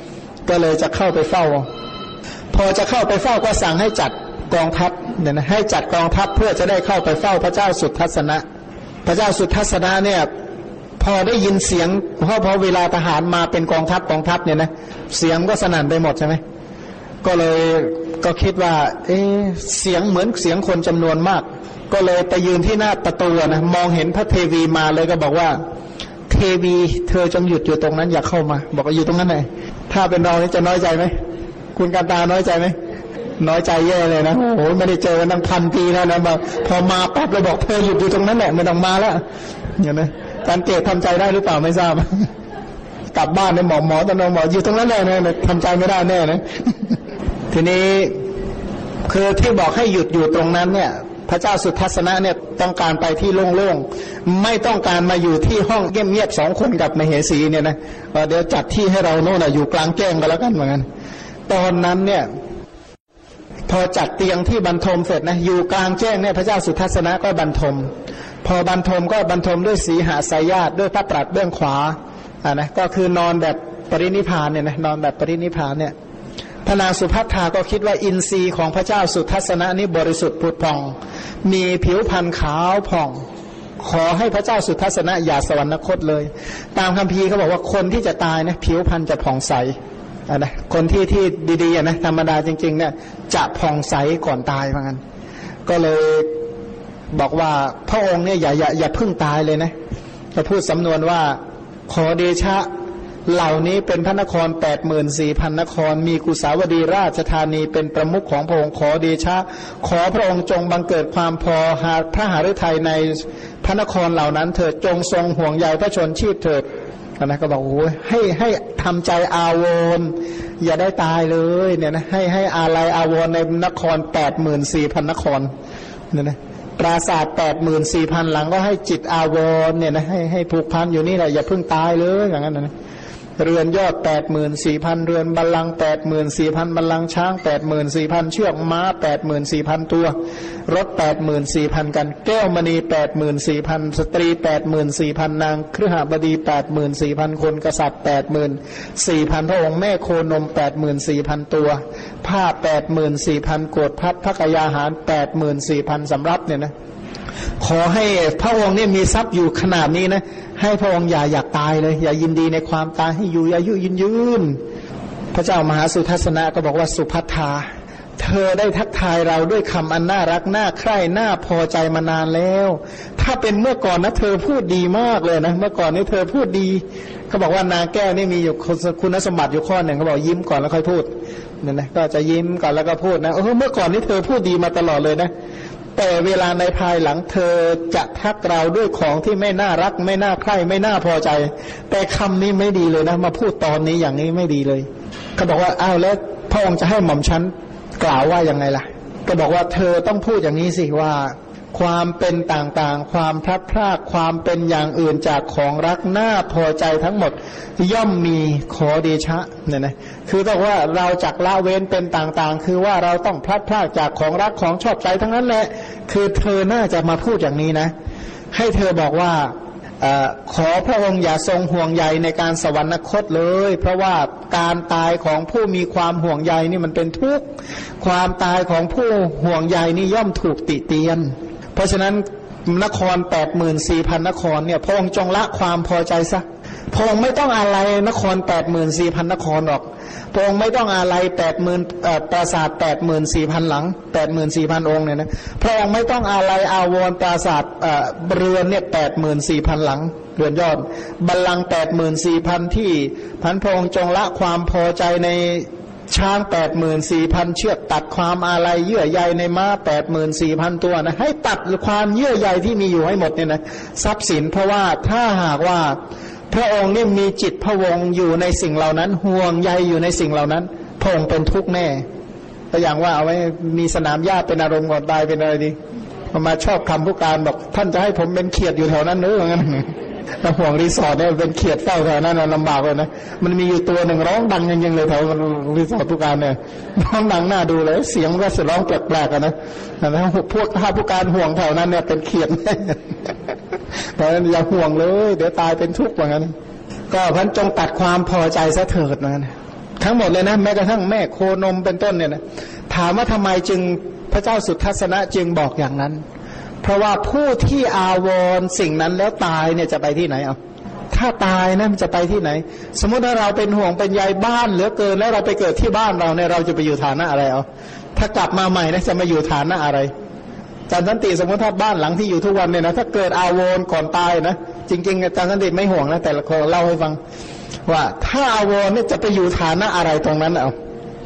Speaker 1: ก็เลยจะเข้าไปเฝ้าพอจะเข้าไปเฝ้าก็สั่งให้จัดกองทัพเนี่ยนะให้จัดกองทัพเพื่อจะได้เข้าไปเฝ้าพระเจ้าสุทัศนะพระเจ้าสุทัศนะเนี่ยพอได้ยินเสียงเพราะพอเวลาทหารมาเป็นกองทัพกองทัพเนี่ยนะเสียงก็สนั่นไปหมดใช่ไหมก็เลยก็คิดว่าเอ๊ะเสียงเหมือนเสียงคนจำนวนมากก็เลยไปยืนที่หน้าประตูนะมองเห็นพระเทวีมาเลยก็บอกว่าเทวีเธอจงหยุดอยู่ตรงนั้นอย่าเข้ามาบอกว่าอยู่ตรงนั้นไหนถ้าเป็นเรานี่จะน้อยใจไหมคุณการตาน้อยใจไหมน้อยใจแย่เลยนะโอ้โหไม่ได้เจอกันตั้งพันปีแล้วนะบอกพอมาปั๊บเลยบอกเธอหยุดอยู่ตรงนั้นแหละไม่ต้องมาแล้วเห็นไหมการเกตทำใจได้หรือเปล่าไม่ทราบกลับบ้านในหมอหมอตอนน้องหมออยู่ตรงนั้นแหละนะทำใจไม่ได้แน่นะทีนี้คือที่บอกให้หยุดอยู่ตรงนั้นเนี่ยพระเจ้าสุทัศนะเนี่ยต้องการไปที่โล่งๆไม่ต้องการมาอยู่ที่ห้องเงียบๆสองคนกับมเหสีเนี่ยนะเดี๋ยวจัดที่ให้เราโน่นอยู่กลางแจ้งกันแล้วกันเหมือนกันตอนนั้นเนี่ยพอจัดเตียงที่บรรทมเสร็จนะอยู่กลางแจ้งเนี่ยพระเจ้าสุทัศนะก็บรรทมพอบรรทมก็บรรทมด้วยสีหาสายญาติด้วยพระตรัสเบื้องขวาอ่านะก็คือนอนแบบปรินิพพานเนี่ยนะนอนแบบปรินิพพานเนี่ยพระนางสุภัททาก็คิดว่าอินทรีย์ของพระเจ้าสุทัศนะนี้บริสุทธิ์ผุดผ่องมีผิวพรรณขาวผ่องขอให้พระเจ้าสุทัศนะอย่าสวรรคตเลยตามคัมภีร์เขาบอกว่าคนที่จะตายนะผิวพรรณจะผ่องใสอ่านะคนที่ที่ดีๆนะธรรมดาจริงๆเนี่ยจะผ่องใสก่อนตายเหมือนกันก็เลยบอกว่าพระองค์เนี่ยอย่าอย่าอย่าเพิ่งตายเลยนะจะพูดสำนวนว่าขอเดชะเหล่านี้เป็นพระนคร แปดหมื่นสี่พัน นครมีกุสาวดีราชธานีเป็นประมุขของพระองค์ขอเดชะขอพระองค์จงบังเกิดความพอหาพระหฤทัยในพระนครเหล่านั้นเถิดจงทรงห่วงใยพระชนชีพเถิดนะก็บอกโอ้ยให้ให้ทำใจอาวรณ์อย่าได้ตายเลยเนี่ยนะให้ให้อาลัยอาวรณ์ในนคร แปดหมื่นสี่พัน นครเนี่ยนะปราสาท แปดหมื่นสี่พัน หลังก็ให้จิตอาวรณ์เนี่ยนะให้ให้ผูกพันอยู่นี่แหละอย่าเพิ่งตายเลยอย่างนั้นนะเรือนยอด แปดหมื่นสี่พัน เรือนบัลลังก์ แปดหมื่นสี่พัน บัลลังก์ช้าง แปดหมื่นสี่พัน เชือกม้า แปดหมื่นสี่พัน ตัวรถ แปดหมื่นสี่พัน กันแก้วมณี แปดหมื่นสี่พัน สตรี แปดหมื่นสี่พัน นางคฤหบดี แปดหมื่นสี่พัน คนกษัตริย์ แปดหมื่นสี่พัน พระองค์แม่โคนม แปดหมื่นสี่พัน ตัวผ้า แปดหมื่นสี่พัน โกฏพัดพระกยาหาร แปดหมื่นสี่พัน สำรับเนี่ยนะขอให้พระองค์เนี่ยมีทรัพย์อยู่ขนาดนี้นะให้พระองค์อย่าอยากตายเลยอย่ายินดีในความตายให้อยู่อายุยืนยืนพระเจ้ามหาสุทัศนะก็บอกว่าสุภัททาเธอได้ทักทายเราด้วยคำอันน่ารักน่าใคร่น่าพอใจมานานแล้วถ้าเป็นเมื่อก่อนนะเธอพูดดีมากเลยนะเมื่อก่อนนี่เธอพูดดีเขาบอกว่านางแก้วนี่มีอยู่คุณสมบัติอยู่ข้อหนึ่งเขาบอกยิ้มก่อนแล้วค่อยพูดเนี่ยนะก็จะยิ้มก่อนแล้วก็พูดนะเออเมื่อก่อนนี่เธอพูดดีมาตลอดเลยนะแต่เวลาในภายหลังเธอจะทักเราด้วยของที่ไม่น่ารักไม่น่าใคร่ไม่น่าพอใจแต่คำนี้ไม่ดีเลยนะมาพูดตอนนี้อย่างนี้ไม่ดีเลยเขาบอกว่าอ้าวแล้วพระองค์จะให้หม่อมชั้นกล่าวว่ายังไงล่ะก็บอกว่าเธอต้องพูดอย่างนี้สิว่าความเป็นต่างๆความพลัดพรากความเป็นอย่างอื่นจากของรักน่าพอใจทั้งหมดย่อมมีขอเดชะเนี่ยนะคือต้องว่าเราจักละเว้นเป็นต่างๆคือว่าเราต้องพลัดพรากจากของรักของชอบใจทั้งนั้นแหละคือเธอน่าจะมาพูดอย่างนี้นะให้เธอบอกว่าขอพระองค์อย่าทรงห่วงใยในการสวรรคตเลยเพราะว่าการตายของผู้มีความห่วงใยนี่มันเป็นทุกข์ความตายของผู้ห่วงใยนี่ย่อมถูกติเตียนเพราะฉะนั้นนคร แปดหมื่นสี่พัน นครเนี่ยพระองค์จงละความพอใจซะพระองค์ไม่ต้องอะไรนคร แปดหมื่นสี่พัน นครหรอกพระองค์ไม่ต้องอะไร แปดหมื่น เอ่อปราสาท แปดหมื่นสี่พัน หลัง แปดหมื่นสี่พัน องค์เนี่ยนะพระองค์ไม่ต้องอะไรอาวรณ์ปราสาทเอ่อเรือนเนี่ย แปดหมื่นสี่พัน หลังเรือนยอดบัลลังก์ แปดหมื่นสี่พัน ที่พันพระองค์จงละความพอใจในช้าง แปดหมื่นสี่พัน เชือกตัดความอาลัยเยื่อใยในม้า แปดหมื่นสี่พัน ตัวนะให้ตัดความเยื่อใยที่มีอยู่ให้หมดเนี่ยนะทรัพย์สินเพราะว่าถ้าหากว่าพระองค์เนี่ยมีจิตพระวงอยู่ในสิ่งเหล่านั้นห่วงใยอยู่ในสิ่งเหล่านั้นพระองค์เป็นทุกข์แน่ตัวอย่างว่าเอาไว้มีสนามหญ้าเป็นอารมณ์ก่อนตายเป็นอะไรดีมาชอบคำผู้การบอกท่านจะให้ผมเป็นเขียดอยู่แถวนั้นหรือว่างั้นแต่ห่วงรีสอร์ทเนี่ยเป็นเขียดเฝ้าแถวนั้นลำบากเลยนะมันมีอยู่ตัวหนึ่งร้องดังยังๆเลยแถวรีสอร์ทผู้การเนี่ยร้องดังน่าดูเลยเสียงก็เสียงร้องแปลกๆกันนะแต่พวกถ้าผู้การห่วงแถวนั้นเนี่ยเป็นเขียดเพราะฉะนั้นอย่าห่วงเลยเดี๋ยวตายเป็นทุกข์ว่างั้นก็พันจงตัดความพอใจซะเถิดว่างั้นทั้งหมดเลยนะแม้กระทั่งแม่โคนมเป็นต้นเนี่ยนะถามว่าทำไมจึงพระเจ้าสุทัศนะจึงบอกอย่างนั้นเพราะว่าผู้ที่อาวรณ์สิ่งนั้นแล้วตายเนี่ยจะไปที่ไหนเอาถ้าตายนะมันจะไปที่ไหนสมมติถ้าเราเป็นห่วงเป็นใยบ้านเหลือเกินแล้วเราไปเกิดที่บ้านเราเนี่ยเราจะไปอยู่ฐานะอะไรเอาถ้ากลับมาใหม่นะจะมาอยู่ฐานะอะไรอาจารย์สันติสมมติถ้าบ้านหลังที่อยู่ทุกวันเนี่ยนะถ้าเกิดอาวรณ์ก่อนตายนะจริงๆอาจารย์สันติไม่ห่วงนะแต่ละคนเล่าให้ฟังว่าถ้าอาวรณ์เนี่ยจะไปอยู่ฐานะอะไรตรงนั้นเอา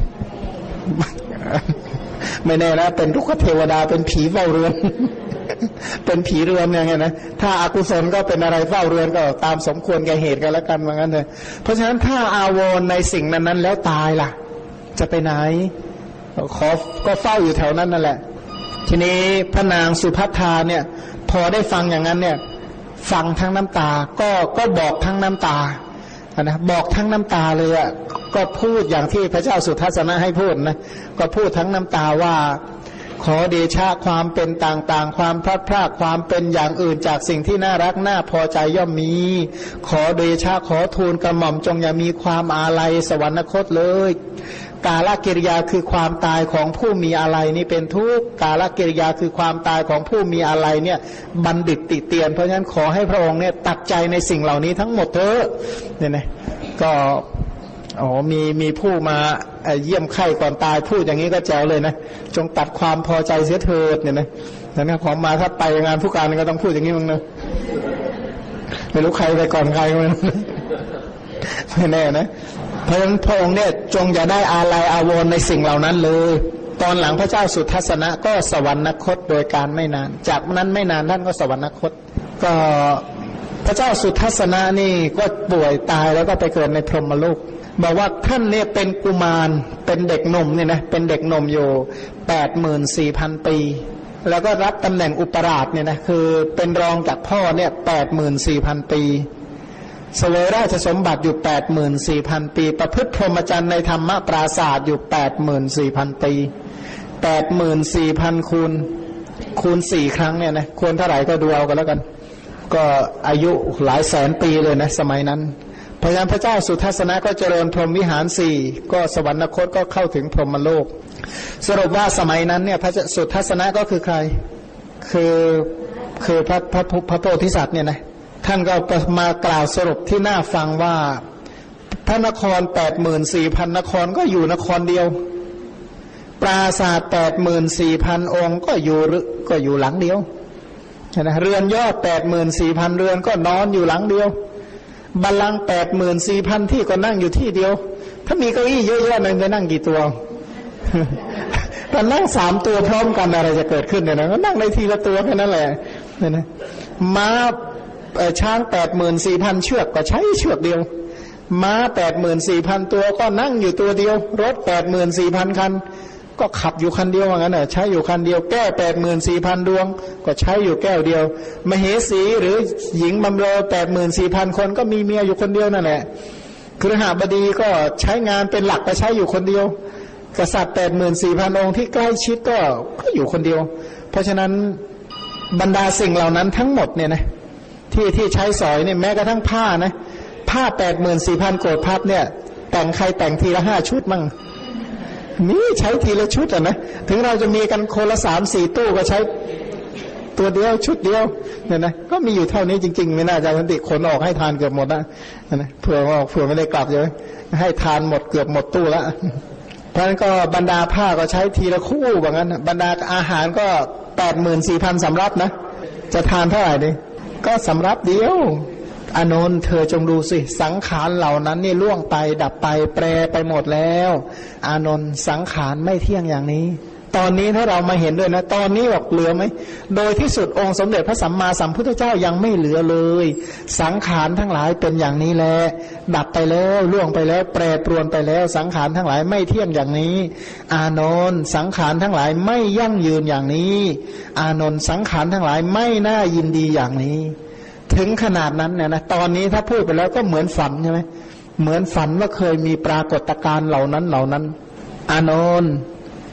Speaker 1: ไม่แน่นะเป็นทุกขเทวดาเป็นผีเฝ้าเรือนเป็นผีเรือนอย่างเงี้ยนะถ้าอากุศลก็เป็นอะไรเฝ้าเรือนก็ตามสมควรแก่เหตุกันแล้วกันว่างั้นเลยเพราะฉะนั้นถ้าอาวรณ์ในสิ่งนั้นๆแล้วตายล่ะจะไปไหนขอก็เฝ้าอยู่แถวนั้นนั่นแหละทีนี้พระนางสุภัททาเนี่ยพอได้ฟังอย่างนั้นเนี่ยฟังทั้งน้ำตาก็ก็บอกทั้งน้ำตานะบอกทั้งน้ำตาเลยอ่ะก็พูดอย่างที่พระเจ้าสุทัศนะให้พูดนะก็พูดทั้งน้ำตาว่าขอเดชะความเป็นต่างๆความพลัดพรากความเป็นอย่างอื่นจากสิ่งที่น่ารักน่าพอใจย่อมมีขอเดชะขอทูลกระหม่อมจงอย่ามีความอาลัยสวรรคตเลยกาลกิริยาคือความตายของผู้มีอาลัยนี่เป็นทุกข์กาลกิริยาคือความตายของผู้มีอาลัยเนี่ยบัณฑิตติเตียนเพราะฉะนั้นขอให้พระองค์เนี่ยตัดใจในสิ่งเหล่านี้ทั้งหมดเถอะเนี่ยนะก็อ๋อมีมีผู้มาเยี่ยมไข้ก่อนตายพูดอย่างนี้ก็แจ๋วเลยนะจงตัดความพอใจเสียเถิดเนี่ยนะนั่นนะของมาถ้าไปงานผู้การก็ต้องพูดอย่างนี้มั้งนะไม่รู้ใครไปก่อนใครก็ไม่รู้ไม่แน่นะเพราะฉะนั้นพระองค์เนี่ยจงอย่าได้อาลัยอาวรณ์ในสิ่งเหล่านั้นเลยตอนหลังพระเจ้าสุทัศนะก็สวรรคตโดยการไม่นานจากนั้นไม่นานท่านก็สวรรคตก็พระเจ้าสุทัศนะนี่ก็ป่วยตายแล้วก็ไปเกิดในพรหมโลกบอกว่าท่านเนี่ยเป็นกุมารเป็นเด็กหนุ่มเนี่ยนะเป็นเด็กหนุ่มอยู่แปดหมื่นสี่พันปีแล้วก็รับตำแหน่งอุปราชเนี่ยนะคือเป็นรองจากพ่อเนี่ยแปดหมื่นสี่พันปีเสวยราชสมบัติอยู่แปดหมื่นสี่พันปีประพฤติพรหมจรรย์ในธรรมปราศาสตร์อยู่แปดหมื่นสี่พันปีแปดหมื่นสี่พันคูณคูณสี่ครั้งเนี่ยนะคูณเท่าไหร่ก็ดูเอากันแล้วกันก็อายุหลายแสนปีเลยนะสมัยนั้นเพราะฉะนั้นพระเจ้าสุทัศนะก็เจริญพรหมวิหารสี่ก็สวรรคตก็เข้าถึงพรหมโลกสรุปว่าสมัยนั้นเนี่ยพระสุทัศนะก็คือใครคือคือพระพระพระโพธิสัตว์เนี่ยนะท่านก็มากล่าวสรุปที่น่าฟังว่าพระนครแปดหมื่นสี่พันนครก็อยู่นครเดียวปราสาทแปดหมื่นสี่พันองค์ก็อยู่ก็อยู่หลังเดียวนะเรือนยอดแปดหมื่นสี่พันเรือนก็นอนอยู่หลังเดียวบัลลังก์แปดหมื่นสี่พันที่ก็นั่งอยู่ที่เดียวถ้ามีเก้าอี้เยอะๆมันจะนั่งกี่ตัวถ้านั่งสามตัวพร้อมกันอะไรจะเกิดขึ้นเนี่ยนะก็นั่งในทีละตัวแค่นั้นแหละเนี่ยนะม้าช้างแปดหมื่นสี่พันเชือกก็ใช้เชือกเดียวม้าแปดหมื่นสี่พันตัวก็นั่งอยู่ตัวเดียวรถแปดหมื่นสี่พันคันก็ขับอยู่คันเดียวว่างั้นน่ะใช้อยู่คันเดียวแก้วแปดหมื่นสี่พันดวงก็ใช้อยู่แก้วเดียวมเหสีหรือหญิงบำเรอแปดหมื่นสี่พันคนก็มีเมียอยู่คนเดียวนั่นแหละคฤหบดีก็ใช้งานเป็นหลักไปใช้อยู่คนเดียวกษัตริย์แปดหมื่นสี่พันองค์ที่ใกล้ชิดก็ก็อยู่คนเดียวเพราะฉะนั้นบรรดาสิ่งเหล่านั้นทั้งหมดเนี่ยนะที่ที่ใช้สอยเนี่ยแม้กระทั่งผ้านะผ้าแปดหมื่นสี่พันโกฏพัดเนี่ยแต่งใครแต่งทีละห้าชุดมั่งนี่ใช้ทีละชุดอ่ะนะถึงเราจะมีกันคนละสามสี่ตู้ก็ใช้ตัวเดียวชุดเดียวเนี่ยนะก็มีอยู่เท่านี้จริงๆไม่น่าจะสันติขนออกให้ทานเกือบหมดนะนะเผื่อออกเผื่อไม่ได้กลับเลยให้ทานหมดเกือบหมดตู้แล้วเพราะฉะนั้นก็บรรดาผ้าก็ใช้ทีละคู่แบบนั้นบรรดาอาหารก็แปดหมื่นสี่พันสำรับนะจะทานเท่าไหร่ดิก็สำรับเดียวอานนท์เธอจงดูสิสังขารเหล่านั้นนี่ล่วงไปดับไปแปรไปหมดแล้วอานนท์สังขารไม่เที่ยงอย่างนี้ตอนนี้ถ้าเรามาเห็นด้วยนะตอนนี้บอกเหลือไหมโดยที่สุดองค์สมเด็จพระสัมมาสัมพุทธเจ้ายังไม่เหลือเลยสังขารทั้งหลายเป็นอย่างนี้แลดับไปแล้วล่วงไปแล้วแปรปรวนไปแล้วสังขารทั้งหลายไม่เที่ยงอย่างนี้อานนท์สังขารทั้งหลายไม่ยั่งยืนอย่างนี้อานนท์สังขารทั้งหลายไม่น่ายินดีอย่างนี้ถึงขนาดนั้นเนี่ยนะตอนนี้ถ้าพูดไปแล้วก็เหมือนฝันใช่ไหมเหมือนฝันว่าเคยมีปรากฏการณ์เหล่านั้นเหล่านั้นอานนท์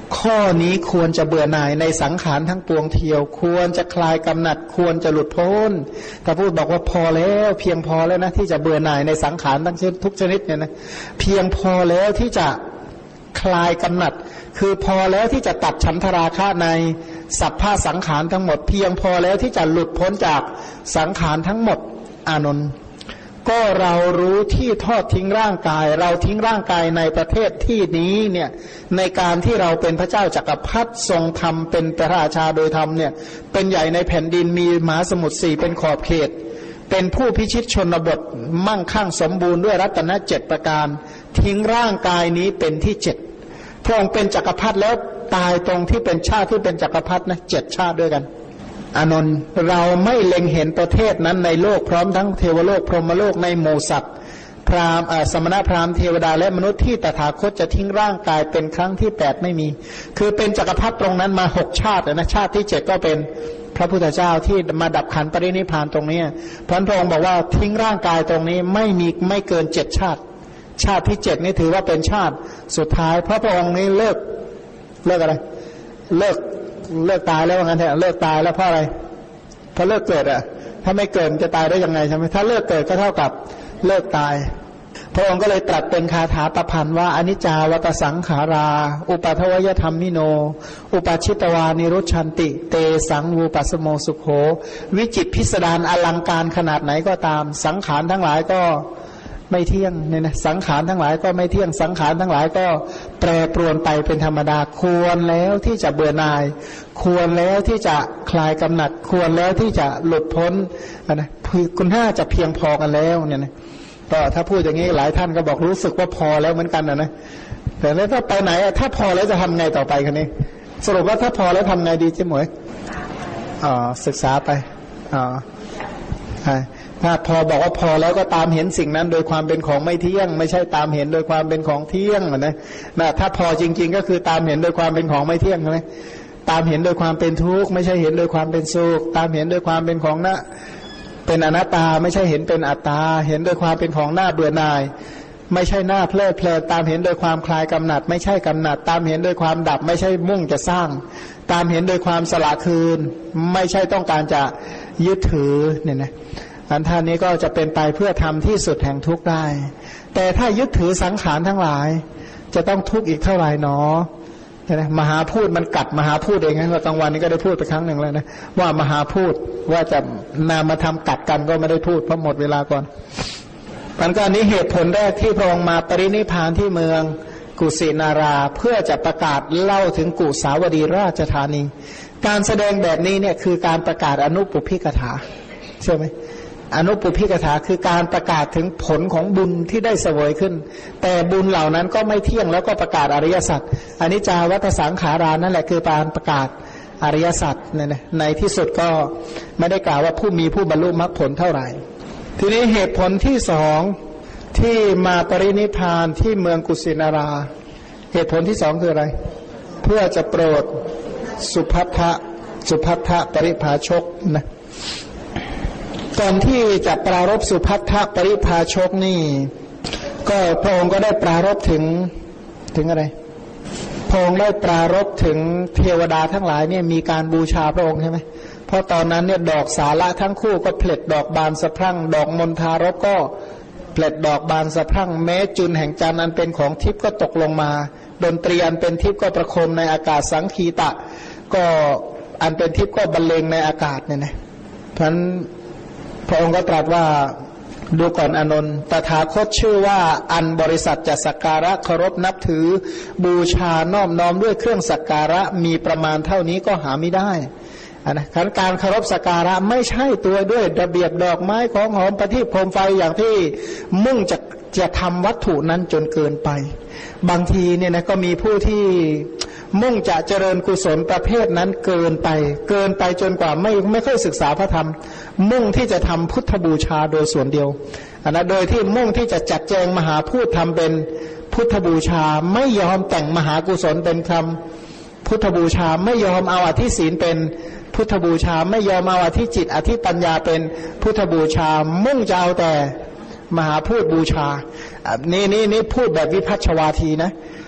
Speaker 1: ข้อนี้ควรจะเบื่อหน่ายในสังขารทั้งปวงเทียวควรจะคลายกำหนัดควรจะหลุดพ้นแต่พูดบอกว่าพอแล้วเพียงพอแล้วนะที่จะเบื่อหน่ายในสังขารทั้งทุกชนิดเนี่ยนะเพียงพอแล้วที่จะคลายกำหนัดคือพอแล้วที่จะตัดฉันทราคะในสัพพะสังขารทั้งหมดเพียงพอแล้วที่จะหลุดพ้นจากสังขารทั้งหมดอานนท์ก็เรารู้ที่ทอดทิ้งร่างกายเราทิ้งร่างกายในประเทศที่นี้เนี่ยในการที่เราเป็นพระเจ้าจักรพรรดิทรงธรรมเป็นพระราชาโดยธรรมเนี่ยเป็นใหญ่ในแผ่นดินมีมหาสมุทรสี่เป็นขอบเขตเป็นผู้พิชิตชนบทมั่งคั่งสมบูรณ์ด้วยรัตนะเจ็ดประการทิ้งร่างกายนี้เป็นที่เจ็ดพระองค์เป็นจักรพรรดิแล้วตายตรงที่เป็นชาติที่เป็นจักรพรรดินะเจ็ดชาติด้วยกันอานนท์เราไม่เล็งเห็นประเทศนั้นในโลกพร้อมทั้งเทวโลกพรหมโลกในหมู่สัตว์พราหมณ์สมณพราหมณ์เทวดาและมนุษย์ที่ตถาคตจะทิ้งร่างกายเป็นครั้งที่แปดไม่มีคือเป็นจักรพรรดิตรงนั้นมาหกชาตินะชาติที่เจ็ดก็เป็นพระพุทธเจ้าที่มาดับขันธ์ปรินิพพานตรงนี้พระองค์บอกว่าทิ้งร่างกายตรงนี้ไม่มีไม่เกินเจ็ดชาติชาติที่เจ็ดนี่ถือว่าเป็นชาติสุดท้ายเพราะพระองค์นี้เลิกเลิกอะไรเลิกเลิกตายแล้วว่างั้นเถอะเลิกตายแล้วเพราะอะไรเพราะเลิกเกิดอะถ้าไม่เกิดจะตายได้ยังไงใช่ไหมถ้าเลิกเกิดก็เท่ากับเลิกตายพระองค์ก็เลยตรัสเป็นคาถาประพันธ์ว่าอนิจจาวัตสังขาราอุปาทวยธรรมมิโนอุปาชิตวานิรุชันติเตสังวูปัสโมสุโขวิจิตรพิสดารอลังการขนาดไหนก็ตามสังขารทั้งหลายก็ไม่เที่ยงเนี่ยนะสังขารทั้งหลายก็ไม่เที่ยงสังขารทั้งหลายก็แปรปรวนไปเป็นธรรมดาควรแล้วที่จะเบื่อหน่ายควรแล้วที่จะคลายกำหนัดควรแล้วที่จะหลุดพ้นนะคุณห้าจะเพียงพอกันแล้วเนี่ยนะก็ถ้าพูดอย่างนี้หลายท่านก็บอกรู้สึกว่าพอแล้วเหมือนกันนะนะแต่แล้วถ้าไปไหนถ้าพอแล้วจะทำไงต่อไปกันนี้สรุปว่าถ้าพอแล้วทำไงดีเจ๊หมวยอ๋อศึกษาไปอ๋อใช่ถ้าพอบอกว่าพอแล้วก็ตามเห็นสิ่งนั้นโดยความเป็นของไม่เที่ยงไม่ใช่ตามเห็นโดยความเป็นของเที่ยงนะนะถ้าพอจริงๆก็คือตามเห็นโดยความเป็นของไม่เที่ยงใช่ไหมตามเห็นโดยความเป็นทุกข์ไม่ใช่เห็นโดยความเป็นสุขตามเห็นโดยความเป็นของน่ะเป็นอนัตตาไม่ใช่เห็นเป็นอัตตาเห็นโดยความเป็นของน่าเบื่อหน่ายไม่ใช่น่าเพลิดเพลินตามเห็นโดยความคลายกำหนัดไม่ใช่กำหนัดตามเห็นโดยความดับไม่ใช่มุ่งจะสร้างตามเห็นโดยความสละคืนไม่ใช่ต้องการจะยึดถือเนี่ยนะอันท่านนี้ก็จะเป็นไปเพื่อทำที่สุดแห่งทุกข์ได้แต่ถ้ายึดถือสังขารทั้งหลายจะต้องทุกข์อีกเท่าไหร่หนอนะมหาพูดมันกัดมหาพูดเองงั้นก็กลางวันนี้ก็ได้พูดไปครั้งหนึ่งแล้วนะว่ามหาพูดว่าจะนามมาทำกัดกันก็ไม่ได้พูดเพราะหมดเวลาก่อนมันก็อันนี้เหตุผลแรกที่พระองค์มาปรินิพพานที่เมืองกุสินาราเพื่อจะประกาศเล่าถึงกุสาวดีราชธานีการแสดงแบบนี้เนี่ยคือการประกาศอนุปปิกถาใช่ไหมอนุปปิกถาคือการประกาศถึงผลของบุญที่ได้เสวยขึ้นแต่บุญเหล่านั้นก็ไม่เที่ยงแล้วก็ประกาศอริยสัจอนิจจาวัฏสังขารานั่นแหละคือการประกาศอริยสัจเนี่ยนะในที่สุดก็ไม่ได้กล่าวว่าผู้มีผู้บรรลุมรรคผลเท่าไหร่ทีนี้เหตุผลที่สองที่มาปรินิพพานที่เมืองกุสินาราเหตุผลที่สองคืออะไรเพื่อจะโปรดสุภัททะสุภัททะปริภาชกนะก่อนที่จะปรารภสุภัททะปริภาชกนี่ก็พระองค์ก็ได้ปรารภถึงถึงอะไรพระองค์ได้ปรารภถึงเทวดาทั้งหลายเนี่ยมีการบูชาพระองค์ใช่ไหมเพราะตอนนั้นเนี่ยดอกสาระทั้งคู่ก็เผล็ดดอกบานสะพรั่งดอกมณฑารพก็เผล็ดดอกบานสะพรั่งแม้จุลแห่งจันทร์อันเป็นของทิพย์ก็ตกลงมาดนตรีอันเป็นทิพย์ก็ประโคมในอากาศสังคีตะก็อันเป็นทิพย์ก็บรรเลงในอากาศเนี่ยนะเพราะฉะนั้นพระองค์ก็ตรัสว่าดูก่อนอานนท์ตถาคตชื่อว่าอันบริษัทจะสักการะเคารพนับถือบูชานอบน้อมด้วยเครื่องสักการะมีประมาณเท่านี้ก็หาไม่ได้นะการเคารพสักการะไม่ใช่ตัวด้วยระเบียบดอกไม้ของหอมประทีปโคมไฟอย่างที่มุ่งจะจะทำวัตถุนั้นจนเกินไปบางทีเนี่ยนะก็มีผู้ที่มุ่งจะเจริญกุศลประเภทนั้นเกินไปเกินไปจนกว่าไม่ไม่ค่อยศึกษาพระธรรมมุ่งที่จะทำพุทธบูชาโดยส่วนเดียวอันนะโดยที่มุ่งที่จะจัดแจงมหาพูดทำเป็นพุทธบูชาไม่ยอมแต่งมหากุศลเป็นคำพุทธบูชาไม่ยอมเอาอธิศีลเป็นพุทธบูชาไม่ยอมเอาอธิจิตอธิปัญญาเป็นพุทธบูชามุ่งจะเอาแต่มหาพูดบูชานี่นี่นี่พูดแบบวิพัชวาทีนะ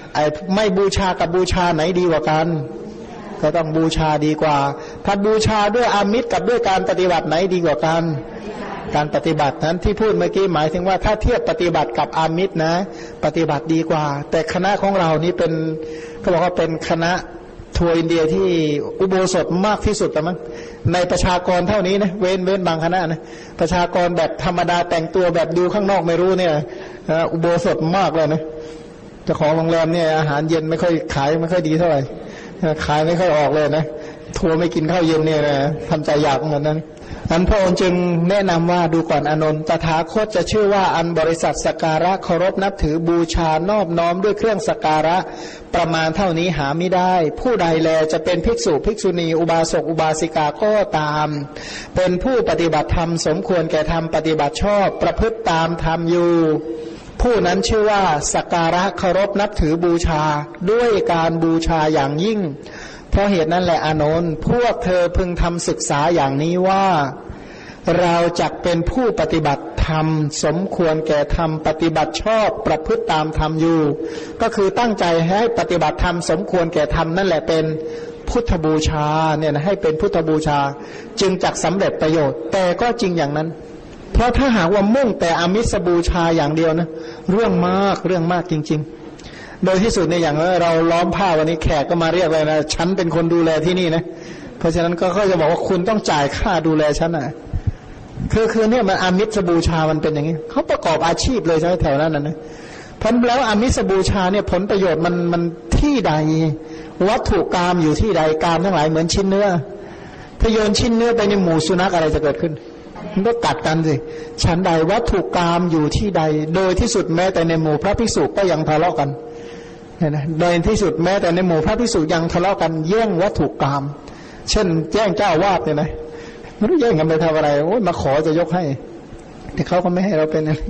Speaker 1: ไอ้ไม่บูชากับบูชาไหนดีกว่ากันก็ต้องบูชาดีกว่าถ้าบูชาด้วยอามิตรกับด้วยการปฏิบัติไหนดีกว่ากันการปฏิบัตินั้นที่พูดเมื่อกี้หมายถึงว่าถ้าเทียบปฏิบัติกับอามิตรนะปฏิบัติดีกว่าแต่คณะของเรานี่เป็นเขาบอกว่าเป็นคณะทัวร์อินเดียที่อุโบสถมากที่สุดแต่มั้งในประชากรเท่านี้นะเว้นเว้นบางคณะนะประชากรแบบธรรมดาแต่งตัวแบบดูข้างนอกไม่รู้เนี่ยอุโบสถมากเลยนะเจ้าของโรงแรมเนี่ยอาหารเย็นไม่ค่อยขายไม่ค่อยดีเท่าไหร่ขายไม่ค่อยออกเลยนะทัวร์ไม่กินข้าวเย็นเนี่ยนะทำใจอยากเหมือนกันนั้นอันพระองค์จึงแนะนำว่าดูก่อนอานนท์ตถาคตจะชื่อว่าอันบริษัทสักการะเคารพนับถือบูชานอบน้อมด้วยเครื่องสักการะประมาณเท่านี้หาไม่ได้ผู้ใดแลจะเป็นภิกษุภิกษุณีอุบาสกอุบาสิกาก็ตามเป็นผู้ปฏิบัติธรรมสมควรแก่ธรรมปฏิบัติชอบประพฤติตามธรรมอยู่ผู้นั้นชื่อว่าสักการะเคารพนับถือบูชาด้วยการบูชาอย่างยิ่งเพราะเหตุนั้นแหละอานนท์พวกเธอพึงทำศึกษาอย่างนี้ว่าเราจักเป็นผู้ปฏิบัติธรรมสมควรแก่ธรรมปฏิบัติชอบประพฤติตามธรรมอยู่ก็คือตั้งใจให้ปฏิบัติธรรมสมควรแก่ธรรมนั่นแหละเป็นพุทธบูชาเนี่ยนะให้เป็นพุทธบูชาจึงจักสำเร็จประโยชน์แต่ก็จริงอย่างนั้นเพราะถ้าหากว่ามุ่งแต่อามิสบูชาอย่างเดียวนะเรื่องมากเรื่องมากจริงๆโดยที่สุดในอย่างเราล้อมผ้าวันนี้แขกก็มาเรียกเลยนะฉันเป็นคนดูแลที่นี่นะเพราะฉะนั้นก็เขาจะบอกว่าคุณต้องจ่ายค่าดูแลฉันนะคือคือเนี่ยมันอามิสบูชามันเป็นอย่างนี้เขาประกอบอาชีพเลยใช่ไหมแถวนั้นนะเพราะแล้วอามิสบูชาเนี่ยผลประโยชน์มันมันที่ใดวัตถุกรรมอยู่ที่ใดกรรมทั้งหลายเหมือนชิ้นเนื้อถ้าโยนชิ้นเนื้อไปในหมู่สุนัขอะไรจะเกิดขึ้นมันก็กัดกันสิฉันใดวัตถุกรรมอยู่ที่ใดโดยที่สุดแม้แต่ในหมู่พระภิกษุก็ยังทะเลาะกันเนี่ยนะโดยที่สุดแม้แต่ในหมู่พระภิกษุยังทะเลาะกันแย่งวัตถุกรรมเช่นแย่งเจ้าวาดเนี่ยนะไม่รู้แย่งกันไปทำอะไรโอ้ยมาขอจะยกให้แต่เขาก็ไม่ให้เราเป็นอะไร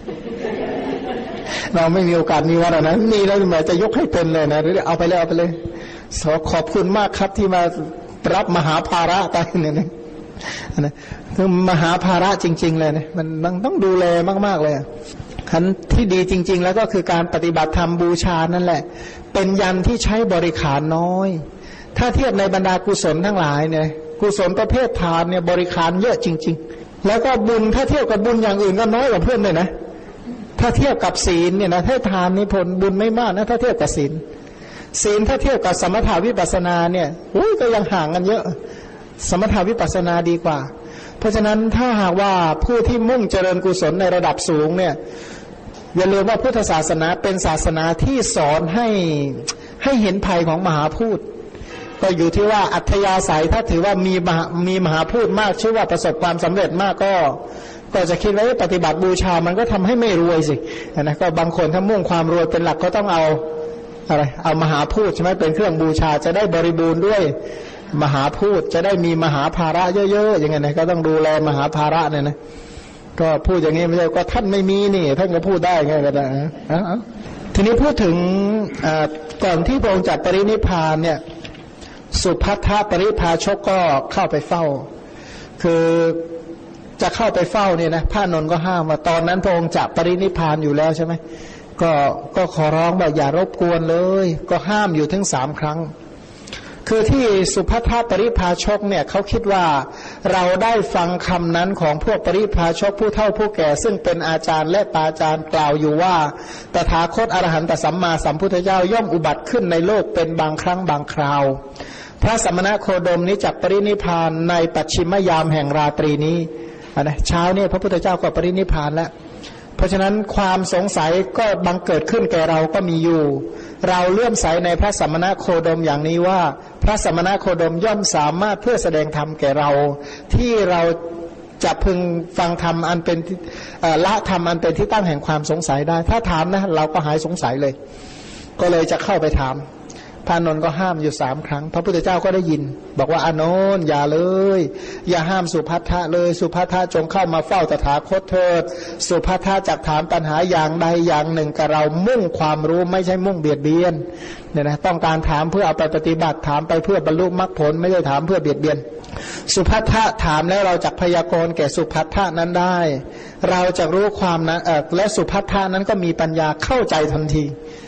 Speaker 1: เราไม่มีโอกาสมีวันนั้นมีแล้วแม้จะยกให้เป็นเลยนะหรือเอาไปเลยเอาไปเลยขอบคุณมากครับที่มารับมหาภาระไปเนี่ยนะนะคือมหาภาระจริงๆเลยนะมันมันต้องดูแลมากๆเลยขั้นที่ดีจริงๆแล้วก็คือการปฏิบัติธรรมบูชานั่นแหละเป็นยันที่ใช้บริขารน้อยถ้าเทียบในบรรดากุศลทั้งหลายเนี่ยกุศลประเภททานเนี่ยบริขารเยอะจริงๆแล้วก็บุญถ้าเทียบกับบุญอย่างอื่นก็น้อยกว่าเพื่อนเลยนะถ้าเทียบกับศีลเนี่ยนะถ้าทานนี่ผลบุญไม่มากนะถ้าเทียบกับศีลศีลถ้าเทียบกับสมถาวิปัสสนาเนี่ยอุ้ยก็ยังห่างกันเยอะสมถาวิปัสสนาดีกว่าเพราะฉะนั้นถ้าหากว่าผู้ที่มุ่งเจริญกุศลในระดับสูงเนี่ยอย่าลืมว่าพุทธศาสนาเป็นศาสนาที่สอนให้ให้เห็นภัยของมหาพูดก็อยู่ที่ว่าอัธยาศัยถ้าถือว่ามีมหามีมหาพูดมากชื่อว่าประสบความสำเร็จมากก็ก็จะคิดว่าปฏิบัติบูชามันก็ทำให้ไม่รวยสินะก็บางคนถ้ามุ่งความรวยเป็นหลักก็ต้องเอาอะไรเอามหาพูดใช่ไหมเป็นเครื่องบูชาจะได้บริบูรณ์ด้วยมหาพูดจะได้มีมหาภาระเยอะๆอย่างเงี้ยนะก็ต้องดูแลมหาภาระเนี่ยนะก็พูดอย่างนี้ไม่ใช่ก็ท่านไม่มีนี่ท่านก็พูดได้ไงก็ได้ทีนี้พูดถึงก่อนที่พระองค์จัดปรินิพพานเนี่ยสุภัททปริภาชกก็เข้าไปเฝ้าคือจะเข้าไปเฝ้าเนี่ยนะพระนนท์ก็ห้ามว่าตอนนั้นพระองค์จะปรินิพพานอยู่แล้วใช่ไหมก็ก็ขอร้องแบบอย่ารบกวนเลยก็ห้ามอยู่ถึงสามครั้งคือที่สุภัททปริภาชกเนี่ยเขาคิดว่าเราได้ฟังคำนั้นของพวกปริภาชกผู้เฒ่าผู้แก่ซึ่งเป็นอาจารย์และปาจารย์กล่าวอยู่ว่าตถาคตอรหันตสัมมาสัมพุทธเจ้าย่อมอุบัติขึ้นในโลกเป็นบางครั้งบางคราวพระสมณโคดมนี้จักปรินิพพานในปัจฉิมยามแห่งราตรีนี้นะเช้าเนี่ยพระพุทธเจ้าก็ปรินิพพานแล้วเพราะฉะนั้นความสงสัยก็บังเกิดขึ้นแก่เราก็มีอยู่เราเลื่อมใสในพระสมณโคดมอย่างนี้ว่าพระสมณโคดมย่อมสามารถเพื่อแสดงธรรมแก่เราที่เราจะพึงฟังธรรมอันเป็นละธรรมอันเป็นที่ตั้งแห่งความสงสัยได้ถ้าถามนะเราก็หายสงสัยเลยก็เลยจะเข้าไปถามพระนนท์ก็ห้ามอยู่สามครั้งพระพุทธเจ้าก็ได้ยินบอกว่าอานนท์อย่าเลยอย่าห้ามสุภัททะเลยสุภัททะจงเข้ามาเฝ้าตถาคตเถิดสุภัททะจักถามปัญหาอย่างใดอย่างหนึ่งกับเรามุ่งความรู้ไม่ใช่มุ่งเบียดเบียนเนี่ยนะต้องการถามเพื่อเอาไปปฏิบัติถามไปเพื่อบรรลุมรรคผลไม่ได้ถามเพื่อเบียดเบียนสุภัททะถามแล้วเราจักพยากรณ์แก่สุภัททะนั้นได้เราจะรู้ความนั้นเออและสุภัททะนั้นก็มีปัญญาเข้าใจทันที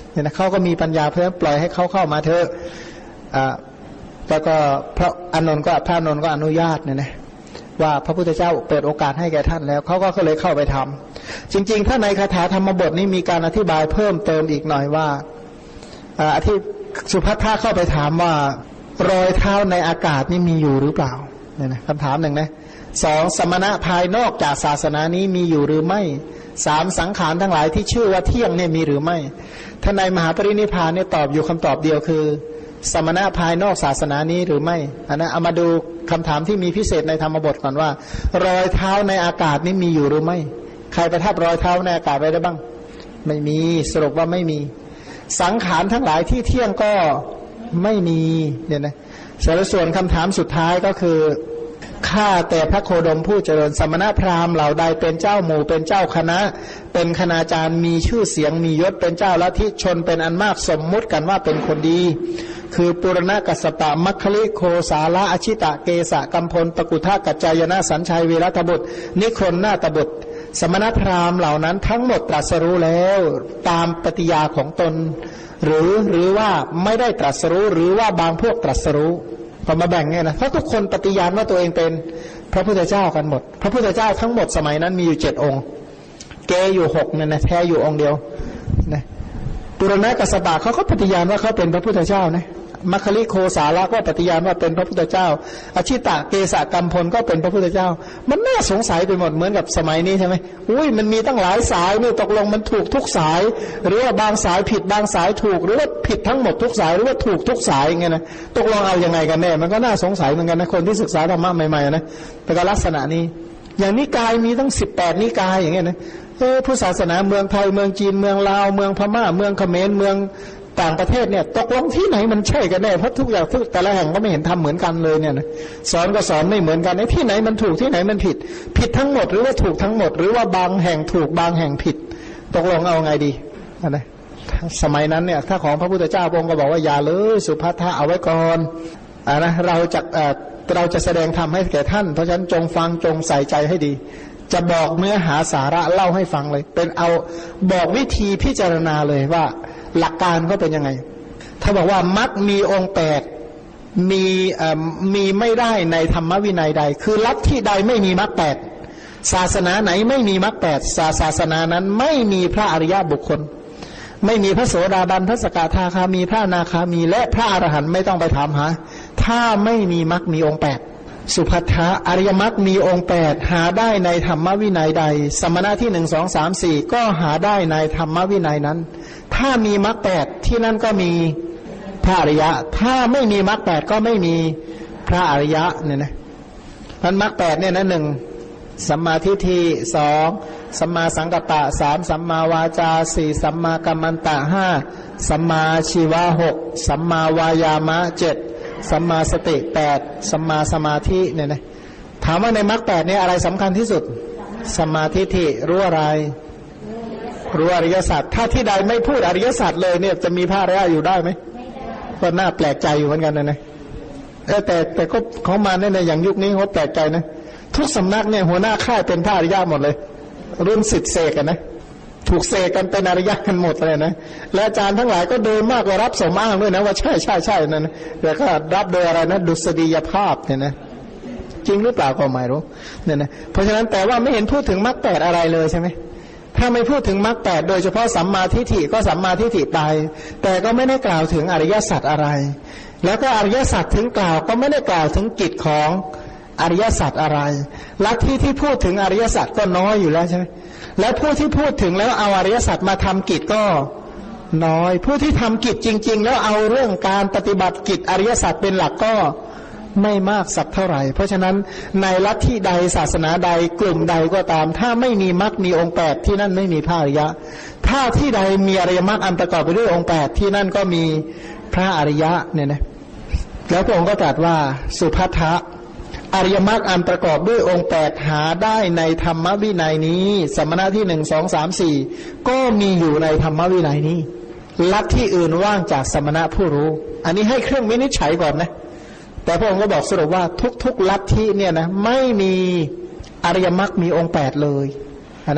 Speaker 1: เนี่ยนะเขาก็มีปัญญาเพื่อปล่อยให้เขาเข้ามาเถอะอ่าแล้วก็พระอานนท์ก็พระอานนท์ก็อนุญาตเนี่ยนะว่าพระพุทธเจ้าเปิดโอกาสให้แก่ท่านแล้วเขาก็เลยเข้าไปทำจริงๆถ้าในคาถาธรรมบทนี้มีการอธิบายเพิ่มเติมอีกหน่อยว่าอ่าที่สุภัททะเข้าไปถามว่ารอยเท้าในอากาศนี่มีอยู่หรือเปล่าเนี่ยนะคำถามหนึ่งนะสองสมณะภายนอกจากศาสนานี้มีอยู่หรือไม่สามสังขารทั้งหลายที่ชื่อว่าเที่ยงเนี่ยมีหรือไม่ท่านในมหาปรินิพพานเนี่ยตอบอยู่คำตอบเดียวคือสมณะภายนอกศาสนานี้หรือไม่อันนั้นเอามาดูคำถามที่มีพิเศษในธรรมบทก่อนว่ารอยเท้าในอากาศนี้มีอยู่หรือไม่ใครประทับรอยเท้าในอากาศไว้ได้บ้างไม่มีสรุปว่าไม่มีสังขารทั้งหลายที่เที่ยงก็ไม่มีเนี่ยนะส่วนคำถามสุดท้ายก็คือข้าแต่พระโคดมผู้เจริญสมณพราหมณ์เหล่าใดเป็นเจ้าหมู่เป็นเจ้าคณะเป็นคณาจารย์มีชื่อเสียงมียศเป็นเจ้าลัทธิชนเป็นอันมากสมมุติกันว่าเป็นคนดีคือปุรณกัสสปะมัคคลิโคสาละอชิตะเกสะกัมพลปกุทากัจจายนะสัญชัยวีรัตบุตรนิครนนาตบุตรสมณพราหมณ์เหล่านั้นทั้งหมดตรัสรู้แล้วตามปฏิญาของตนหรือหรือว่าไม่ได้ตรัสรู้หรือว่าบางพวกตรัสรู้พอมาแบ่งไงนะเพราะทุกคนปฏิญาณว่าตัวเองเป็นพระพุทธเจ้ากันหมดพระพุทธเจ้าทั้งหมดสมัยนั้นมีอยู่เจ็ดองค์เกอยู่หกเนี่ยนะแท้อยู่องค์เดียวนะปุรณกัสสปะเขาก็ปฏิญาณว่าเขาเป็นพระพุทธเจ้านะมัคคลิโคสาละก็ปฏิญาณว่าเป็นพระพุทธเจ้าอชิตะเกสะกัมพลก็เป็นพระพุทธเจ้ามันน่าสงสัยไปหมดเหมือนกับสมัยนี้ใช่ไหมอุ้ยมันมีตั้งหลายสายนี่ตกลงมันถูกทุกสายหรือว่าบางสายผิดบางสายถูกหรือว่าผิดทั้งหมดทุกสายหรือว่าถูกทุกสายอย่างเงี้ยนะตกลงเอายังไงกันแน่มันก็น่าสงสัยเหมือนกันนะคนที่ศึกษาธรรมะใหม่ๆนะแต่ก็ลักษณะนี้อย่างนิกายมีตั้งสิบแปดนิกายอย่างเงี้ยนะเออผู้ศาสนาเมืองไทยเมืองจีนเมืองลาวเมืองพม่าเมืองเขมรเมืองต่างประเทศเนี่ยตกลงที่ไหนมันใช่กันแน่เพราะทุกอย่างทุกแต่ละแห่งก็ไม่เห็นทำเหมือนกันเลยเนี่ยนะสอนก็สอนไม่เหมือนกันไอ้ที่ไหนมันถูกที่ไหนมันผิดผิดทั้งหมดหรือว่าถูกทั้งหมดหรือว่าบางแห่งถูกบางแห่งผิดตกลงเอาไงดีนะสมัยนั้นเนี่ยถ้าของพระพุทธเจ้าพระองค์ก็บอกว่าอย่าเลยสุภัททะเอาไว้ก่อนอ่านะเราจะเอ่อเราจะแสดงธรรมให้แก่ท่านเพราะฉะนั้นจงฟังจงใส่ใจให้ดีจะบอกเนื้อหาสาระเล่าให้ฟังเลยเป็นเอาบอกวิธีพิจารณาเลยว่าหลักการก็เป็นยังไงถ้าบอกว่ามรรคมีองค์แปดมีมีไม่ได้ในธรรมวินัยใดคือลัทธิใดไม่มีมรรคแปดศาสนาไหนไม่มีมรรคแปดศาสนานั้นไม่มีพระอริยบุคคลไม่มีพระโสดาบันพระสกทาคามีพระอนาคามีและพระอรหันต์ไม่ต้องไปถามหาถ้าไม่มีมรรคมีองค์แปดสุภัททะอริยมรรคมีองค์แปดหาได้ในธรรมวินัยใดสมณะที่หนึ่งสองสามสี่ก็หาได้ในธรรมวินัยนั้นถ้ามีมรรคแปดที่นั่นก็มีพระอริยะถ้าไม่มีมรรคแปดก็ไม่มีพระอริยะเนี่ยนะมันมรรคแปดเนี่ยนะหนึ่งสัมมาทิฏฐิสองสัมมาสังกัปปะสามสัมมาวาจาสี่สัมมากัมมันตะห้าสัมมาชีวะหกสัมมาวายามะเจ็ดสัมมาสติแปดสัมมาสมาธิเนี่ยนะถามว่าในมรรคแปดเนี่ยอะไรสำคัญที่สุดสัมมาทิฏฐิรู้อะไรรู้อริยสัจถ้าที่ใดไม่พูดอริยสัจเลยเนี่ยจะมีพระอริยะอยู่ได้ไหมก็น่าแปลกใจอยู่เหมือนกันนะนะแต่แต่ก็เขามาเนี่ยในอย่างยุคนี้เขาแปลกใจนะทุกสำนักเนี่ยหัวหน้าค่ายเป็นพระอริยะหมดเลยรุ่นศิษย์เสกกันนะถูกเสกกันเป็นอริยะกันหมดเลยนะและอาจารย์ทั้งหลายก็โดยมากกว่ารับสมอ้างด้วยนะว่าใช่ใช่ใช่นั่นนะแต่ก็รับโดยอะไรนะดุษฎียภาพเนี่ยนะจริงหรือเปล่าก็ไม่รู้เนี่ยนะเพราะฉะนั้นแต่ว่าไม่เห็นพูดถึงมรรคแปดอะไรเลยใช่ไหมถ้าไม่พูดถึงมรรคแปดโดยเฉพาะสัมมาทิฏฐิก็สัมมาทิฏฐิไปแต่ก็ไม่ได้กล่าวถึงอริยสัจอะไรแล้วก็อริยสัจถึงกล่าวก็ไม่ได้กล่าวถึงกิจของอริยสัจอะไรลัทธิที่พูดถึงอริยสัจก็น้อยอยู่แล้วใช่ไหมและผู้ที่พูดถึงแล้วเอาอริยสัจมาทำกิจก็น้อยผู้ที่ทำกิจจริงๆแล้วเอาเรื่องการปฏิบัติกิจอริยสัจเป็นหลักก็ไม่มากสักเท่าไหร่เพราะฉะนั้นในลัทธิใดศาสนาใดกลุ่มใดก็ตามถ้าไม่มีมรรคมีองค์แปดที่นั่นไม่มีพระอริยะถ้าที่ใดมีอริยมรรคอันประกอบไปด้วยองค์แปดที่นั่นก็มีพระอริยะเนี่ยนะแล้วพระองค์ก็ตรัสว่าสุภัททะอริยมรรคอันประกอบด้วยองค์แปดหาได้ในธรรมวินัยนี้สมณะที่หนึ่งสองสามสี่ก็มีอยู่ในธรรมวินัยนี้ลัทธิอื่นว่างจากสมณะผู้รู้อันนี้ให้เครื่องวินิจฉัยก่อนนะแต่พระองค์ก็บอกสรุปว่าทุกๆลัทธิเนี่ยนะไม่มีอริยมรรคมีองค์แปดเลยนะ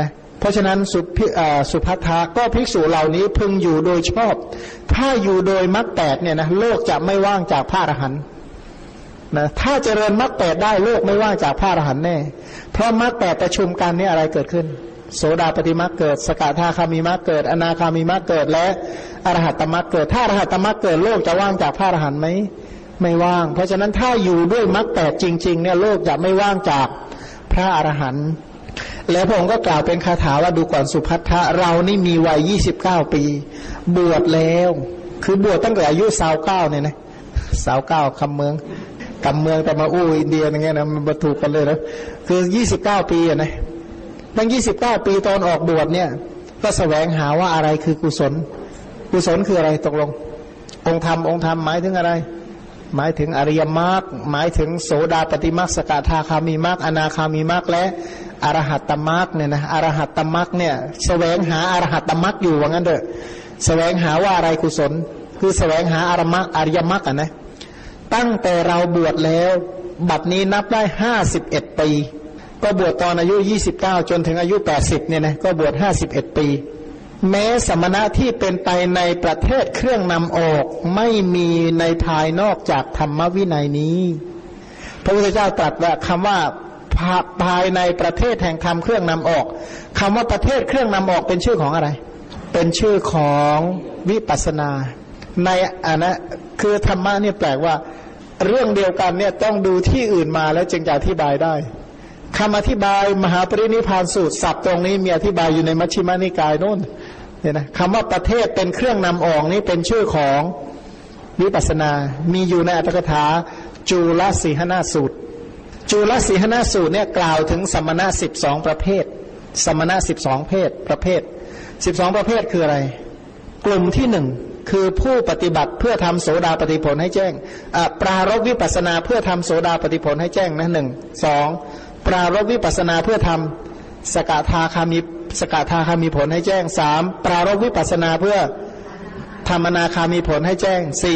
Speaker 4: เพราะฉะนั้นสุภิสุภัททะก็ภิกษุเหล่านี้พึงอยู่โดยชอบถ้าอยู่โดยมรรคแปดเนี่ยนะโลกจะไม่ว่างจากพระอรหันต์นะถ้าเจริญมรรคแปดได้โลกไม่ว่างจากพระอรหันต์แน่เพราะมรรคแปดประชุมกันนี่อะไรเกิดขึ้นโสดาปฏิมรรคเกิดสกทาคามีมรรคเกิดอนาคามีมรรคเกิดและอรหัตตมรรคเกิดถ้าอรหัตตมรรคเกิดโลกจะว่างจากพระอรหันต์ไหมไม่ว่างเพราะฉะนั้นถ้าอยู่ด้วยมรรคแปดจริงๆเนี่ยโลกจะไม่ว่างจากพระอรหันต์แล้วพระองค์ก็กล่าวเป็นคาถาว่าดูก่อนสุภัททะเรานี่มีวัยยี่สิบเก้าปีบวชแล้วคือบวชตั้งแต่อายุสาวเก้าเนี่ยนะสาวเก้าคำเมืองกำเมืองแต่มาอู้อินเดียอย่างเงี้ยนะมันบรรทุกกันเลยนะคือยี่สิบเก้าปีอ่ะนะตั้งยี่สิบเก้าปีตอนออกบวชเนี่ยก็แสวงหาว่าอะไรคือกุศลกุศลคืออะไรตกลงองค์ธรรมองค์ธรรมหมายถึงอะไรหมายถึงอริยมรรคหมายถึงโสดาปฏิมรรคสกทาคามีมรรคอนาคามีมรรคและอรหัตตมรรคเนี่ยนะอรหัตตมรรคเนี่ยแสวงหาอรหัตตมรรคอยู่ว่างั้นเถอะแสวงหาว่าอะไรกุศลคือแสวงหาอรมรรคอริยมรรคอ่ะนะตั้งแต่เราบวชแล้วบัดนี้นับได้ห้าสิบเอ็ดปีก็บวชตอนอายุยี่สิบเก้าจนถึงอายุแปดสิบเนี่ยนะก็บวชห้าสิบเอ็ดปีแม้สมณะที่เป็นไปในประเทศเครื่องนำออกไม่มีในภายนอกจากธรรมวินัยนี้พระพุทธเจ้าตรัสว่าคำว่าภายในประเทศแห่งธรรมเครื่องนำออกคำว่าประเทศเครื่องนำออกเป็นชื่อของอะไรเป็นชื่อของวิปัสสนาในอันนะคือธรรมะเนี่ยแปลกว่าเรื่องเดียวกันเนี่ยต้องดูที่อื่นมาแล้วจึงจะอธิบายได้คำอธิบายมหาปรินิพพานสูตรศัพท์ตรงนี้มีอธิบายอยู่ในมัชฌิมานิกายโน่นเนี่ยนะคำว่าประเทศเป็นเครื่องนำออกนี้เป็นชื่อของวิปัสสนามีอยู่ในอัตถกถาจุลสีหนาสูตรจุลสีหนาสูตรเนี่ยกล่าวถึงสมณะสิบสองประเภทสมณะสิบสองเพศประเภทสิบสองประเภทคืออะไรกลุ่มที่หนึ่งคือผู้ปฏิบัติเพื่อทำโสดาปฏิผลให้แจ้งปรารภวิปัสสนาเพื่อทำโสดาปฏิผลให้แจ้งนะหนึ่งสองปรารภวิปัสสนาเพื่อทำสกทาคามีสกทาคามีผลให้แจ้งสามปรารภวิปัสสนาเพื่อทำอนาคามีผลให้แจ้งสี่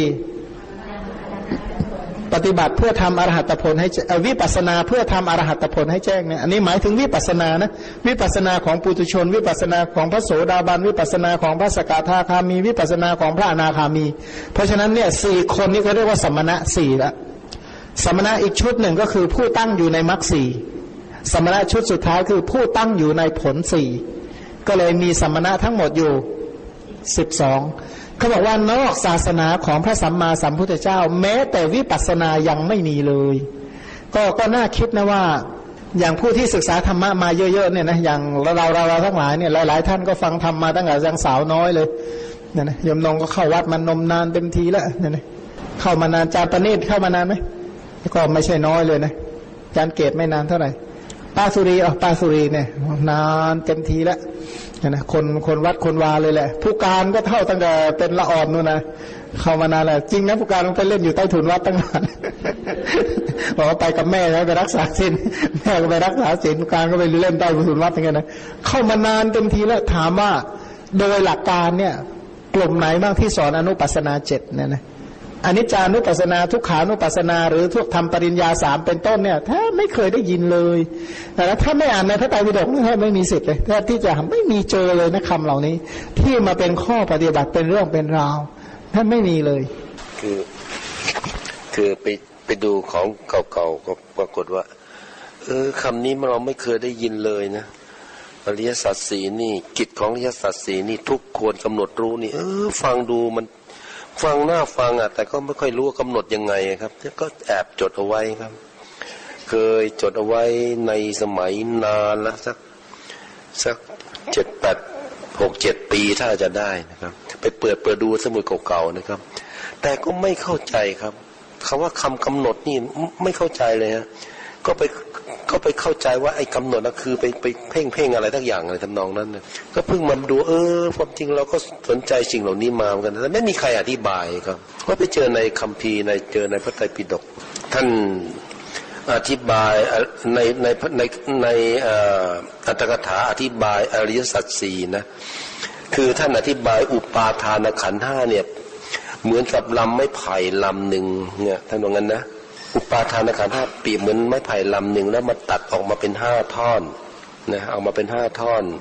Speaker 4: ปฏิบัติเพื่อทำอรหัตผลให้วิปัสสนาเพื่อทำอรหัตผลให้แจ้งเนี่ยอันนี้หมายถึงวิปัสสนานะวิปัสสนาของปุถุชนวิปัสสนาของพระโสดาบันวิปัสสนาของพระสกทาคามีวิปัสสนาของพระอนาคามีเพราะฉะนั้นเนี่ยสี่คนนี้เขาเรียกว่าสมณะสี่ละสมณะอีกชุดหนึ่งก็คือผู้ตั้งอยู่ในมรรคสี่สมณะชุดสุดท้ายคือผู้ตั้งอยู่ในผลสี่ก็เลยมีสมณะทั้งหมดอยู่สิบสองเขาบอกว่านอกศาสนาของพระสัมมาสัมพุทธเจ้าแม้แต่วิปัสสนายังไม่มีเลยก็ก็น่าคิดนะว่าอย่างผู้ที่ศึกษาธรรมะมาเยอะๆเนี่ยนะอย่างเราเราเราทั้งหลายเนี่ยหลายๆท่านก็ฟังธรรมมาตั้งแต่ยังสาวน้อยเลยเนี่ยนะยมนงก็เข้าวัดมันนมนานเต็มทีแล้วเนี่ยนะเข้ามานานจารย์ประณีตเข้ามานานไหมก็ไม่ใช่น้อยเลยนะจารย์เกตไม่นานเท่าไหร่ป้าสุรีอ๋อป้าสุรีเนี่ยนานเต็มทีแล้วนะคนคนวัดคนวาเลยแหละผู้การก็เท่าตั้งแต่เป็นละอ่อนนู่นนะเข้ามานานแล้วจริงนะผู้การมันไปเล่นอยู่ใต้ถุนวัดตั้งนานบอกว่าไปกับแม่ไปรักษาศีลแม่ก็ไปรักษาศีลผู้การก็ไปเล่นใต้ถุนวัดอย่างเงี้ยนะเข้ามานานเต็มทีแล้วถามว่าโดยหลักการเนี่ยกลุ่มไหนบ้างที่สอนอนุปัสสนาเจ็ดเนี่ยนะอนิจจานุปัสสนาทุกขานุปัสสนาหรือทุกธรรมปริญญาสามเป็นต้นเนี่ยถ้าไม่เคยได้ยินเลยแต่ถ้าไม่อ่านในพระไตรปิฎกนี่ไม่มีสิทธิ์เลยถ้าที่จะไม่มีเจอเลยนะคำเหล่านี้ที่มาเป็นข้อปฏิบัติเป็นเรื่องเป็นราวท่านไม่มีเลย
Speaker 3: คือคือไปไปดูของเก่าๆก็ปรากฏว่าเออคำนี้เราไม่เคยได้ยินเลยนะอริยสัจสี่นี่กิจของอริยสัจสี่นี่ทุกควรกำหนดรู้นี่เออฟังดูมันฟังหน้าฟังอ่ะแต่ก็ไม่ค่อยรู้ว่ากำหนดยังไงครับก็แอบจดเอาไว้ครับเคยจดเอาไว้ในสมัยนานแล้วสักสักเจ็ดแปดหกเจ็ดปีถ้าจะได้นะครับไปเปิดเปิดดูสมุดเก่าๆนะครับแต่ก็ไม่เข้าใจครับคำว่าคำกำหนดนี่ไม่เข้าใจเลยฮะก็ไปก็ไปเข้าใจว่าไอ้กำหนดนั่นคือไปไปเพ่งเพ่งอะไรทั้งอย่างอะไรทำนองนั้นนะก็เพิ่งมาดูเออความจริงเราก็สนใจสิ่งเหล่านี้มาเหมือนกันแต่ไม่มีใครอธิบายครับก็ไปเจอในคัมภีร์ในเจอในพระไตรปิฎกท่านอธิบายในในในในอัตถกถาอธิบายอริยสัจสี่นะคือท่านอธิบายอุปาทานขันธ์ห้าเนี่ยเหมือนกับลำไม้ไผ่ลำหนึ่งเนี่ยท่านว่างั้นนะอุปาทานขันธ์ห้าเปรียบเหมือนไม้ไผ่ลำหนึ่งแล้วมาตัดออกมาเป็นห้าท่อนนะเอามาเป็นห้าท่อน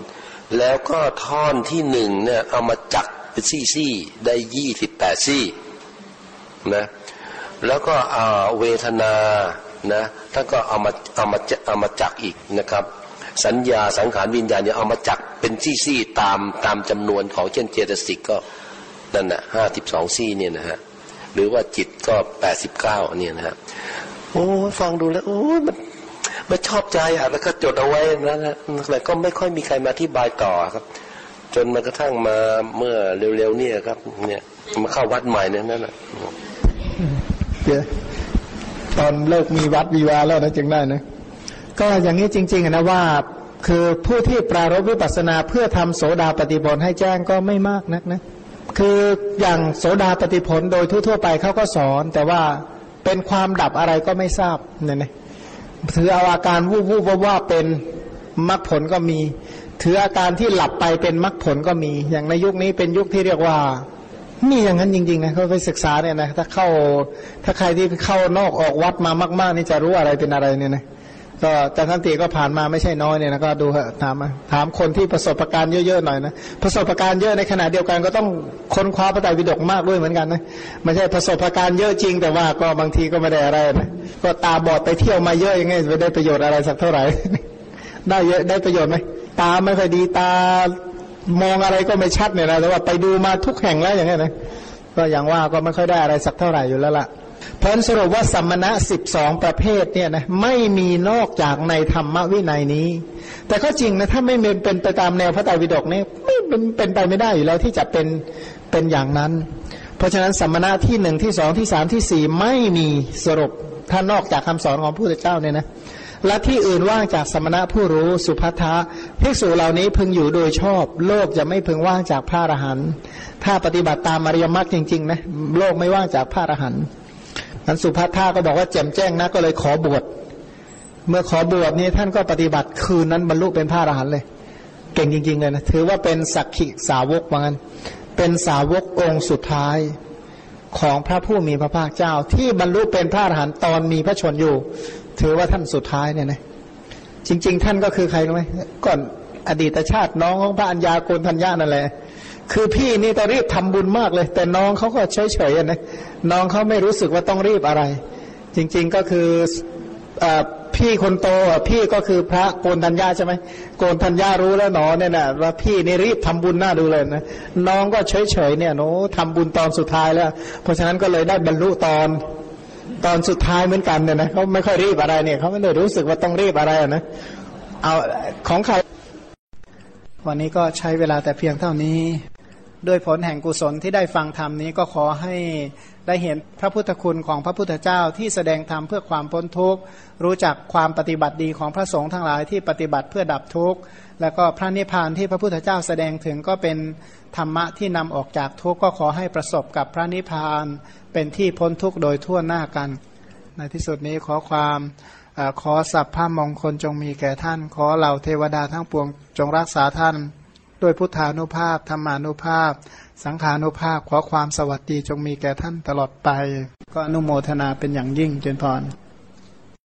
Speaker 3: แล้วก็ท่อนที่หนึ่งเนี่ยเอามาจักเป็นซี่ๆได้ยี่สิบแปดซี่นะแล้วก็เอาเวทนานะท่านก็เอามาเอามาเอามาจักอีกนะครับสัญญาสังขารวิญญาณเนี่ยเอามาจักเป็นซี่ๆตามตามจำนวนของเช่นเจตสิกก็นั่นน่ะห้าสิบสองซี่เนี่ยนะฮะหรือว่าจิตก็แปดสิบเก้าเนี่ยนะฮะโอ้ฟังดูแล้วโอ้มันมันชอบใจอ่ะแล้วก็จดเอาไว้นะนะแต่ก็ไม่ค่อยมีใครมาอธิบายต่อครับจนมันกระทั่งมาเมื่อเร็วๆเนี่ยครับเนี่ยมาเข้าวัดใหม่เนี่ยนั่นแหละ
Speaker 4: เดี๋ยวตอนเลิกมีวัดวิวาแล้วนะจึงได้นะก็อย่างนี้จริงๆนะว่าคือผู้ที่ปรารภวิปัสสนาเพื่อทำโสดาปฏิผลให้แจ้งก็ไม่มากนักนะคืออย่างโสดาปฏิผลโดยทั่วๆไปเขาก็สอนแต่ว่าเป็นความดับอะไรก็ไม่ทราบเนี่ยนะถือเอาอาการวูบวูบว่าเป็นมรรคผลก็มีถืออาการที่หลับไปเป็นมรรคผลก็มีอย่างในยุคนี้เป็นยุคที่เรียกว่ามีอย่างนั้นจริงๆนะเขาไปศึกษาเนี่ยนะถ้าเข้าถ้าใครที่เข้านอกออกวัดมามากๆนี่จะรู้อะไรเป็นอะไรเนี่ยนะก็แต่ทันทีก็ผ่านมาไม่ใช่น้อยเนี่ยนะก็ดูถามถามคนที่ประสบการณ์เยอะๆหน่อยนะประสบการณ์เยอะในขณะเดียวกันก็ต้องค้นคว้าพระไตรปิฎกมากด้วยเหมือนกันนะไม่ใช่ประสบการณ์เยอะจริงแต่ว่าก็บางทีก็ไม่ได้อะไรนะก็ตาบอดไปเที่ยวมาเยอะยังไงไม่ได้ประโยชน์อะไรสักเท่าไหร่ ได้เยอะได้ประโยชน์ไหมตาไม่ค่อยดีตามองอะไรก็ไม่ชัดเนี่ยนะแต่ว่าไปดูมาทุกแห่งแล้วอย่างเงี้ยนะก็อย่างว่าก็ไม่ค่อยได้อะไรสักเท่าไหร่อยู่แล้วล่ะเพราะสรุปว่าสัมมณะสิบสองประเภทเนี่ยนะไม่มีนอกจากในธรรมวินัยนี้แต่ก็จริงนะถ้าไม่เป็นไปตามแนวพระไตรปิฎกนี่ไม่เป็นเป็นไปไม่ได้อยู่แล้วที่จะเป็นเป็นอย่างนั้นเพราะฉะนั้นสัมมณะที่หนึ่งที่สองที่สามที่สี่ไม่มีสรุปถ้านอกจากคำสอนของพระพุทธเจ้าเนี่ยนะและที่อื่นว่างจากสมณะผู้รู้สุภัททะภิกษุเหล่านี้พึงอยู่โดยชอบโลกจะไม่พึงว่างจากพระอรหันต์ถ้าปฏิบัติตามอริยมรรคจริงๆนะโลกไม่ว่างจากพระอรหันต์อันสุภัททะก็บอกว่าแจ่มแจ้งนะก็เลยขอบวชเมื่อขอบวชนี้ท่านก็ปฏิบัติคืนนั้นบรรลุเป็นพระอรหันต์เลยเก่งจริงๆเลยนะถือว่าเป็นสักขิสาวกว่างั้นเป็นสาวกองค์สุดท้ายของพระผู้มีพระภาคเจ้าที่บรรลุเป็นพระอรหันต์ตอนมีพระชนอยู่ถือว่าท่านสุดท้ายเนี่ยนะจริงๆท่านก็คือใครรู้ไหมก่อนอดีตชาติน้องของพระอัญญาโกณทัญญานั่นแหละคือพี่นี่ต้องรีบทำบุญมากเลยแต่น้องเขาก็เฉยๆนะน้องเขาไม่รู้สึกว่าต้องรีบอะไรจริงๆก็คือพี่คนโตพี่ก็คือพระโกณทัญญาใช่ไหมโกณทัญญารู้แล้วหนอเนี่ยนะว่าพี่นี่รีบทำบุญน่าดูเลยนะน้องก็เฉยๆเนี่ยโน้ทำบุญตอนสุดท้ายแล้วเพราะฉะนั้นก็เลยได้บรรลุตอนตอนสุดท้ายเหมือนกันเนี่ยนะเขาไม่ค่อยรีบอะไรเนี่ยเขาไม่ได้รู้สึกว่าต้องรีบอะไรนะเอาของใครวันนี้ก็ใช้เวลาแต่เพียงเท่านี้ด้วยผลแห่งกุศลที่ได้ฟังธรรมนี้ก็ขอให้ได้เห็นพระพุทธคุณของพระพุทธเจ้าที่แสดงธรรมเพื่อความพ้นทุกข์รู้จักความปฏิบัติดีของพระสงฆ์ทั้งหลายที่ปฏิบัติเพื่อดับทุกข์แล้วก็พระนิพพานที่พระพุทธเจ้าแสดงถึงก็เป็นธรรมะที่นำออกจากทุกข์ก็ขอให้ประสบกับพระนิพพานเป็นที่พ้นทุกข์โดยทั่วหน้ากันในที่สุดนี้ขอความขอสัพพะมงคลจงมีแก่ท่านขอเหล่าเทวดาทั้งปวงจงรักษาท่านด้วยพุทธานุภาพธรรมานุภาพสังขานุภาพขอความสวัสดีจงมีแก่ท่านตลอดไปก็อนุโมทนาเป็นอย่างยิ่งเจริญพร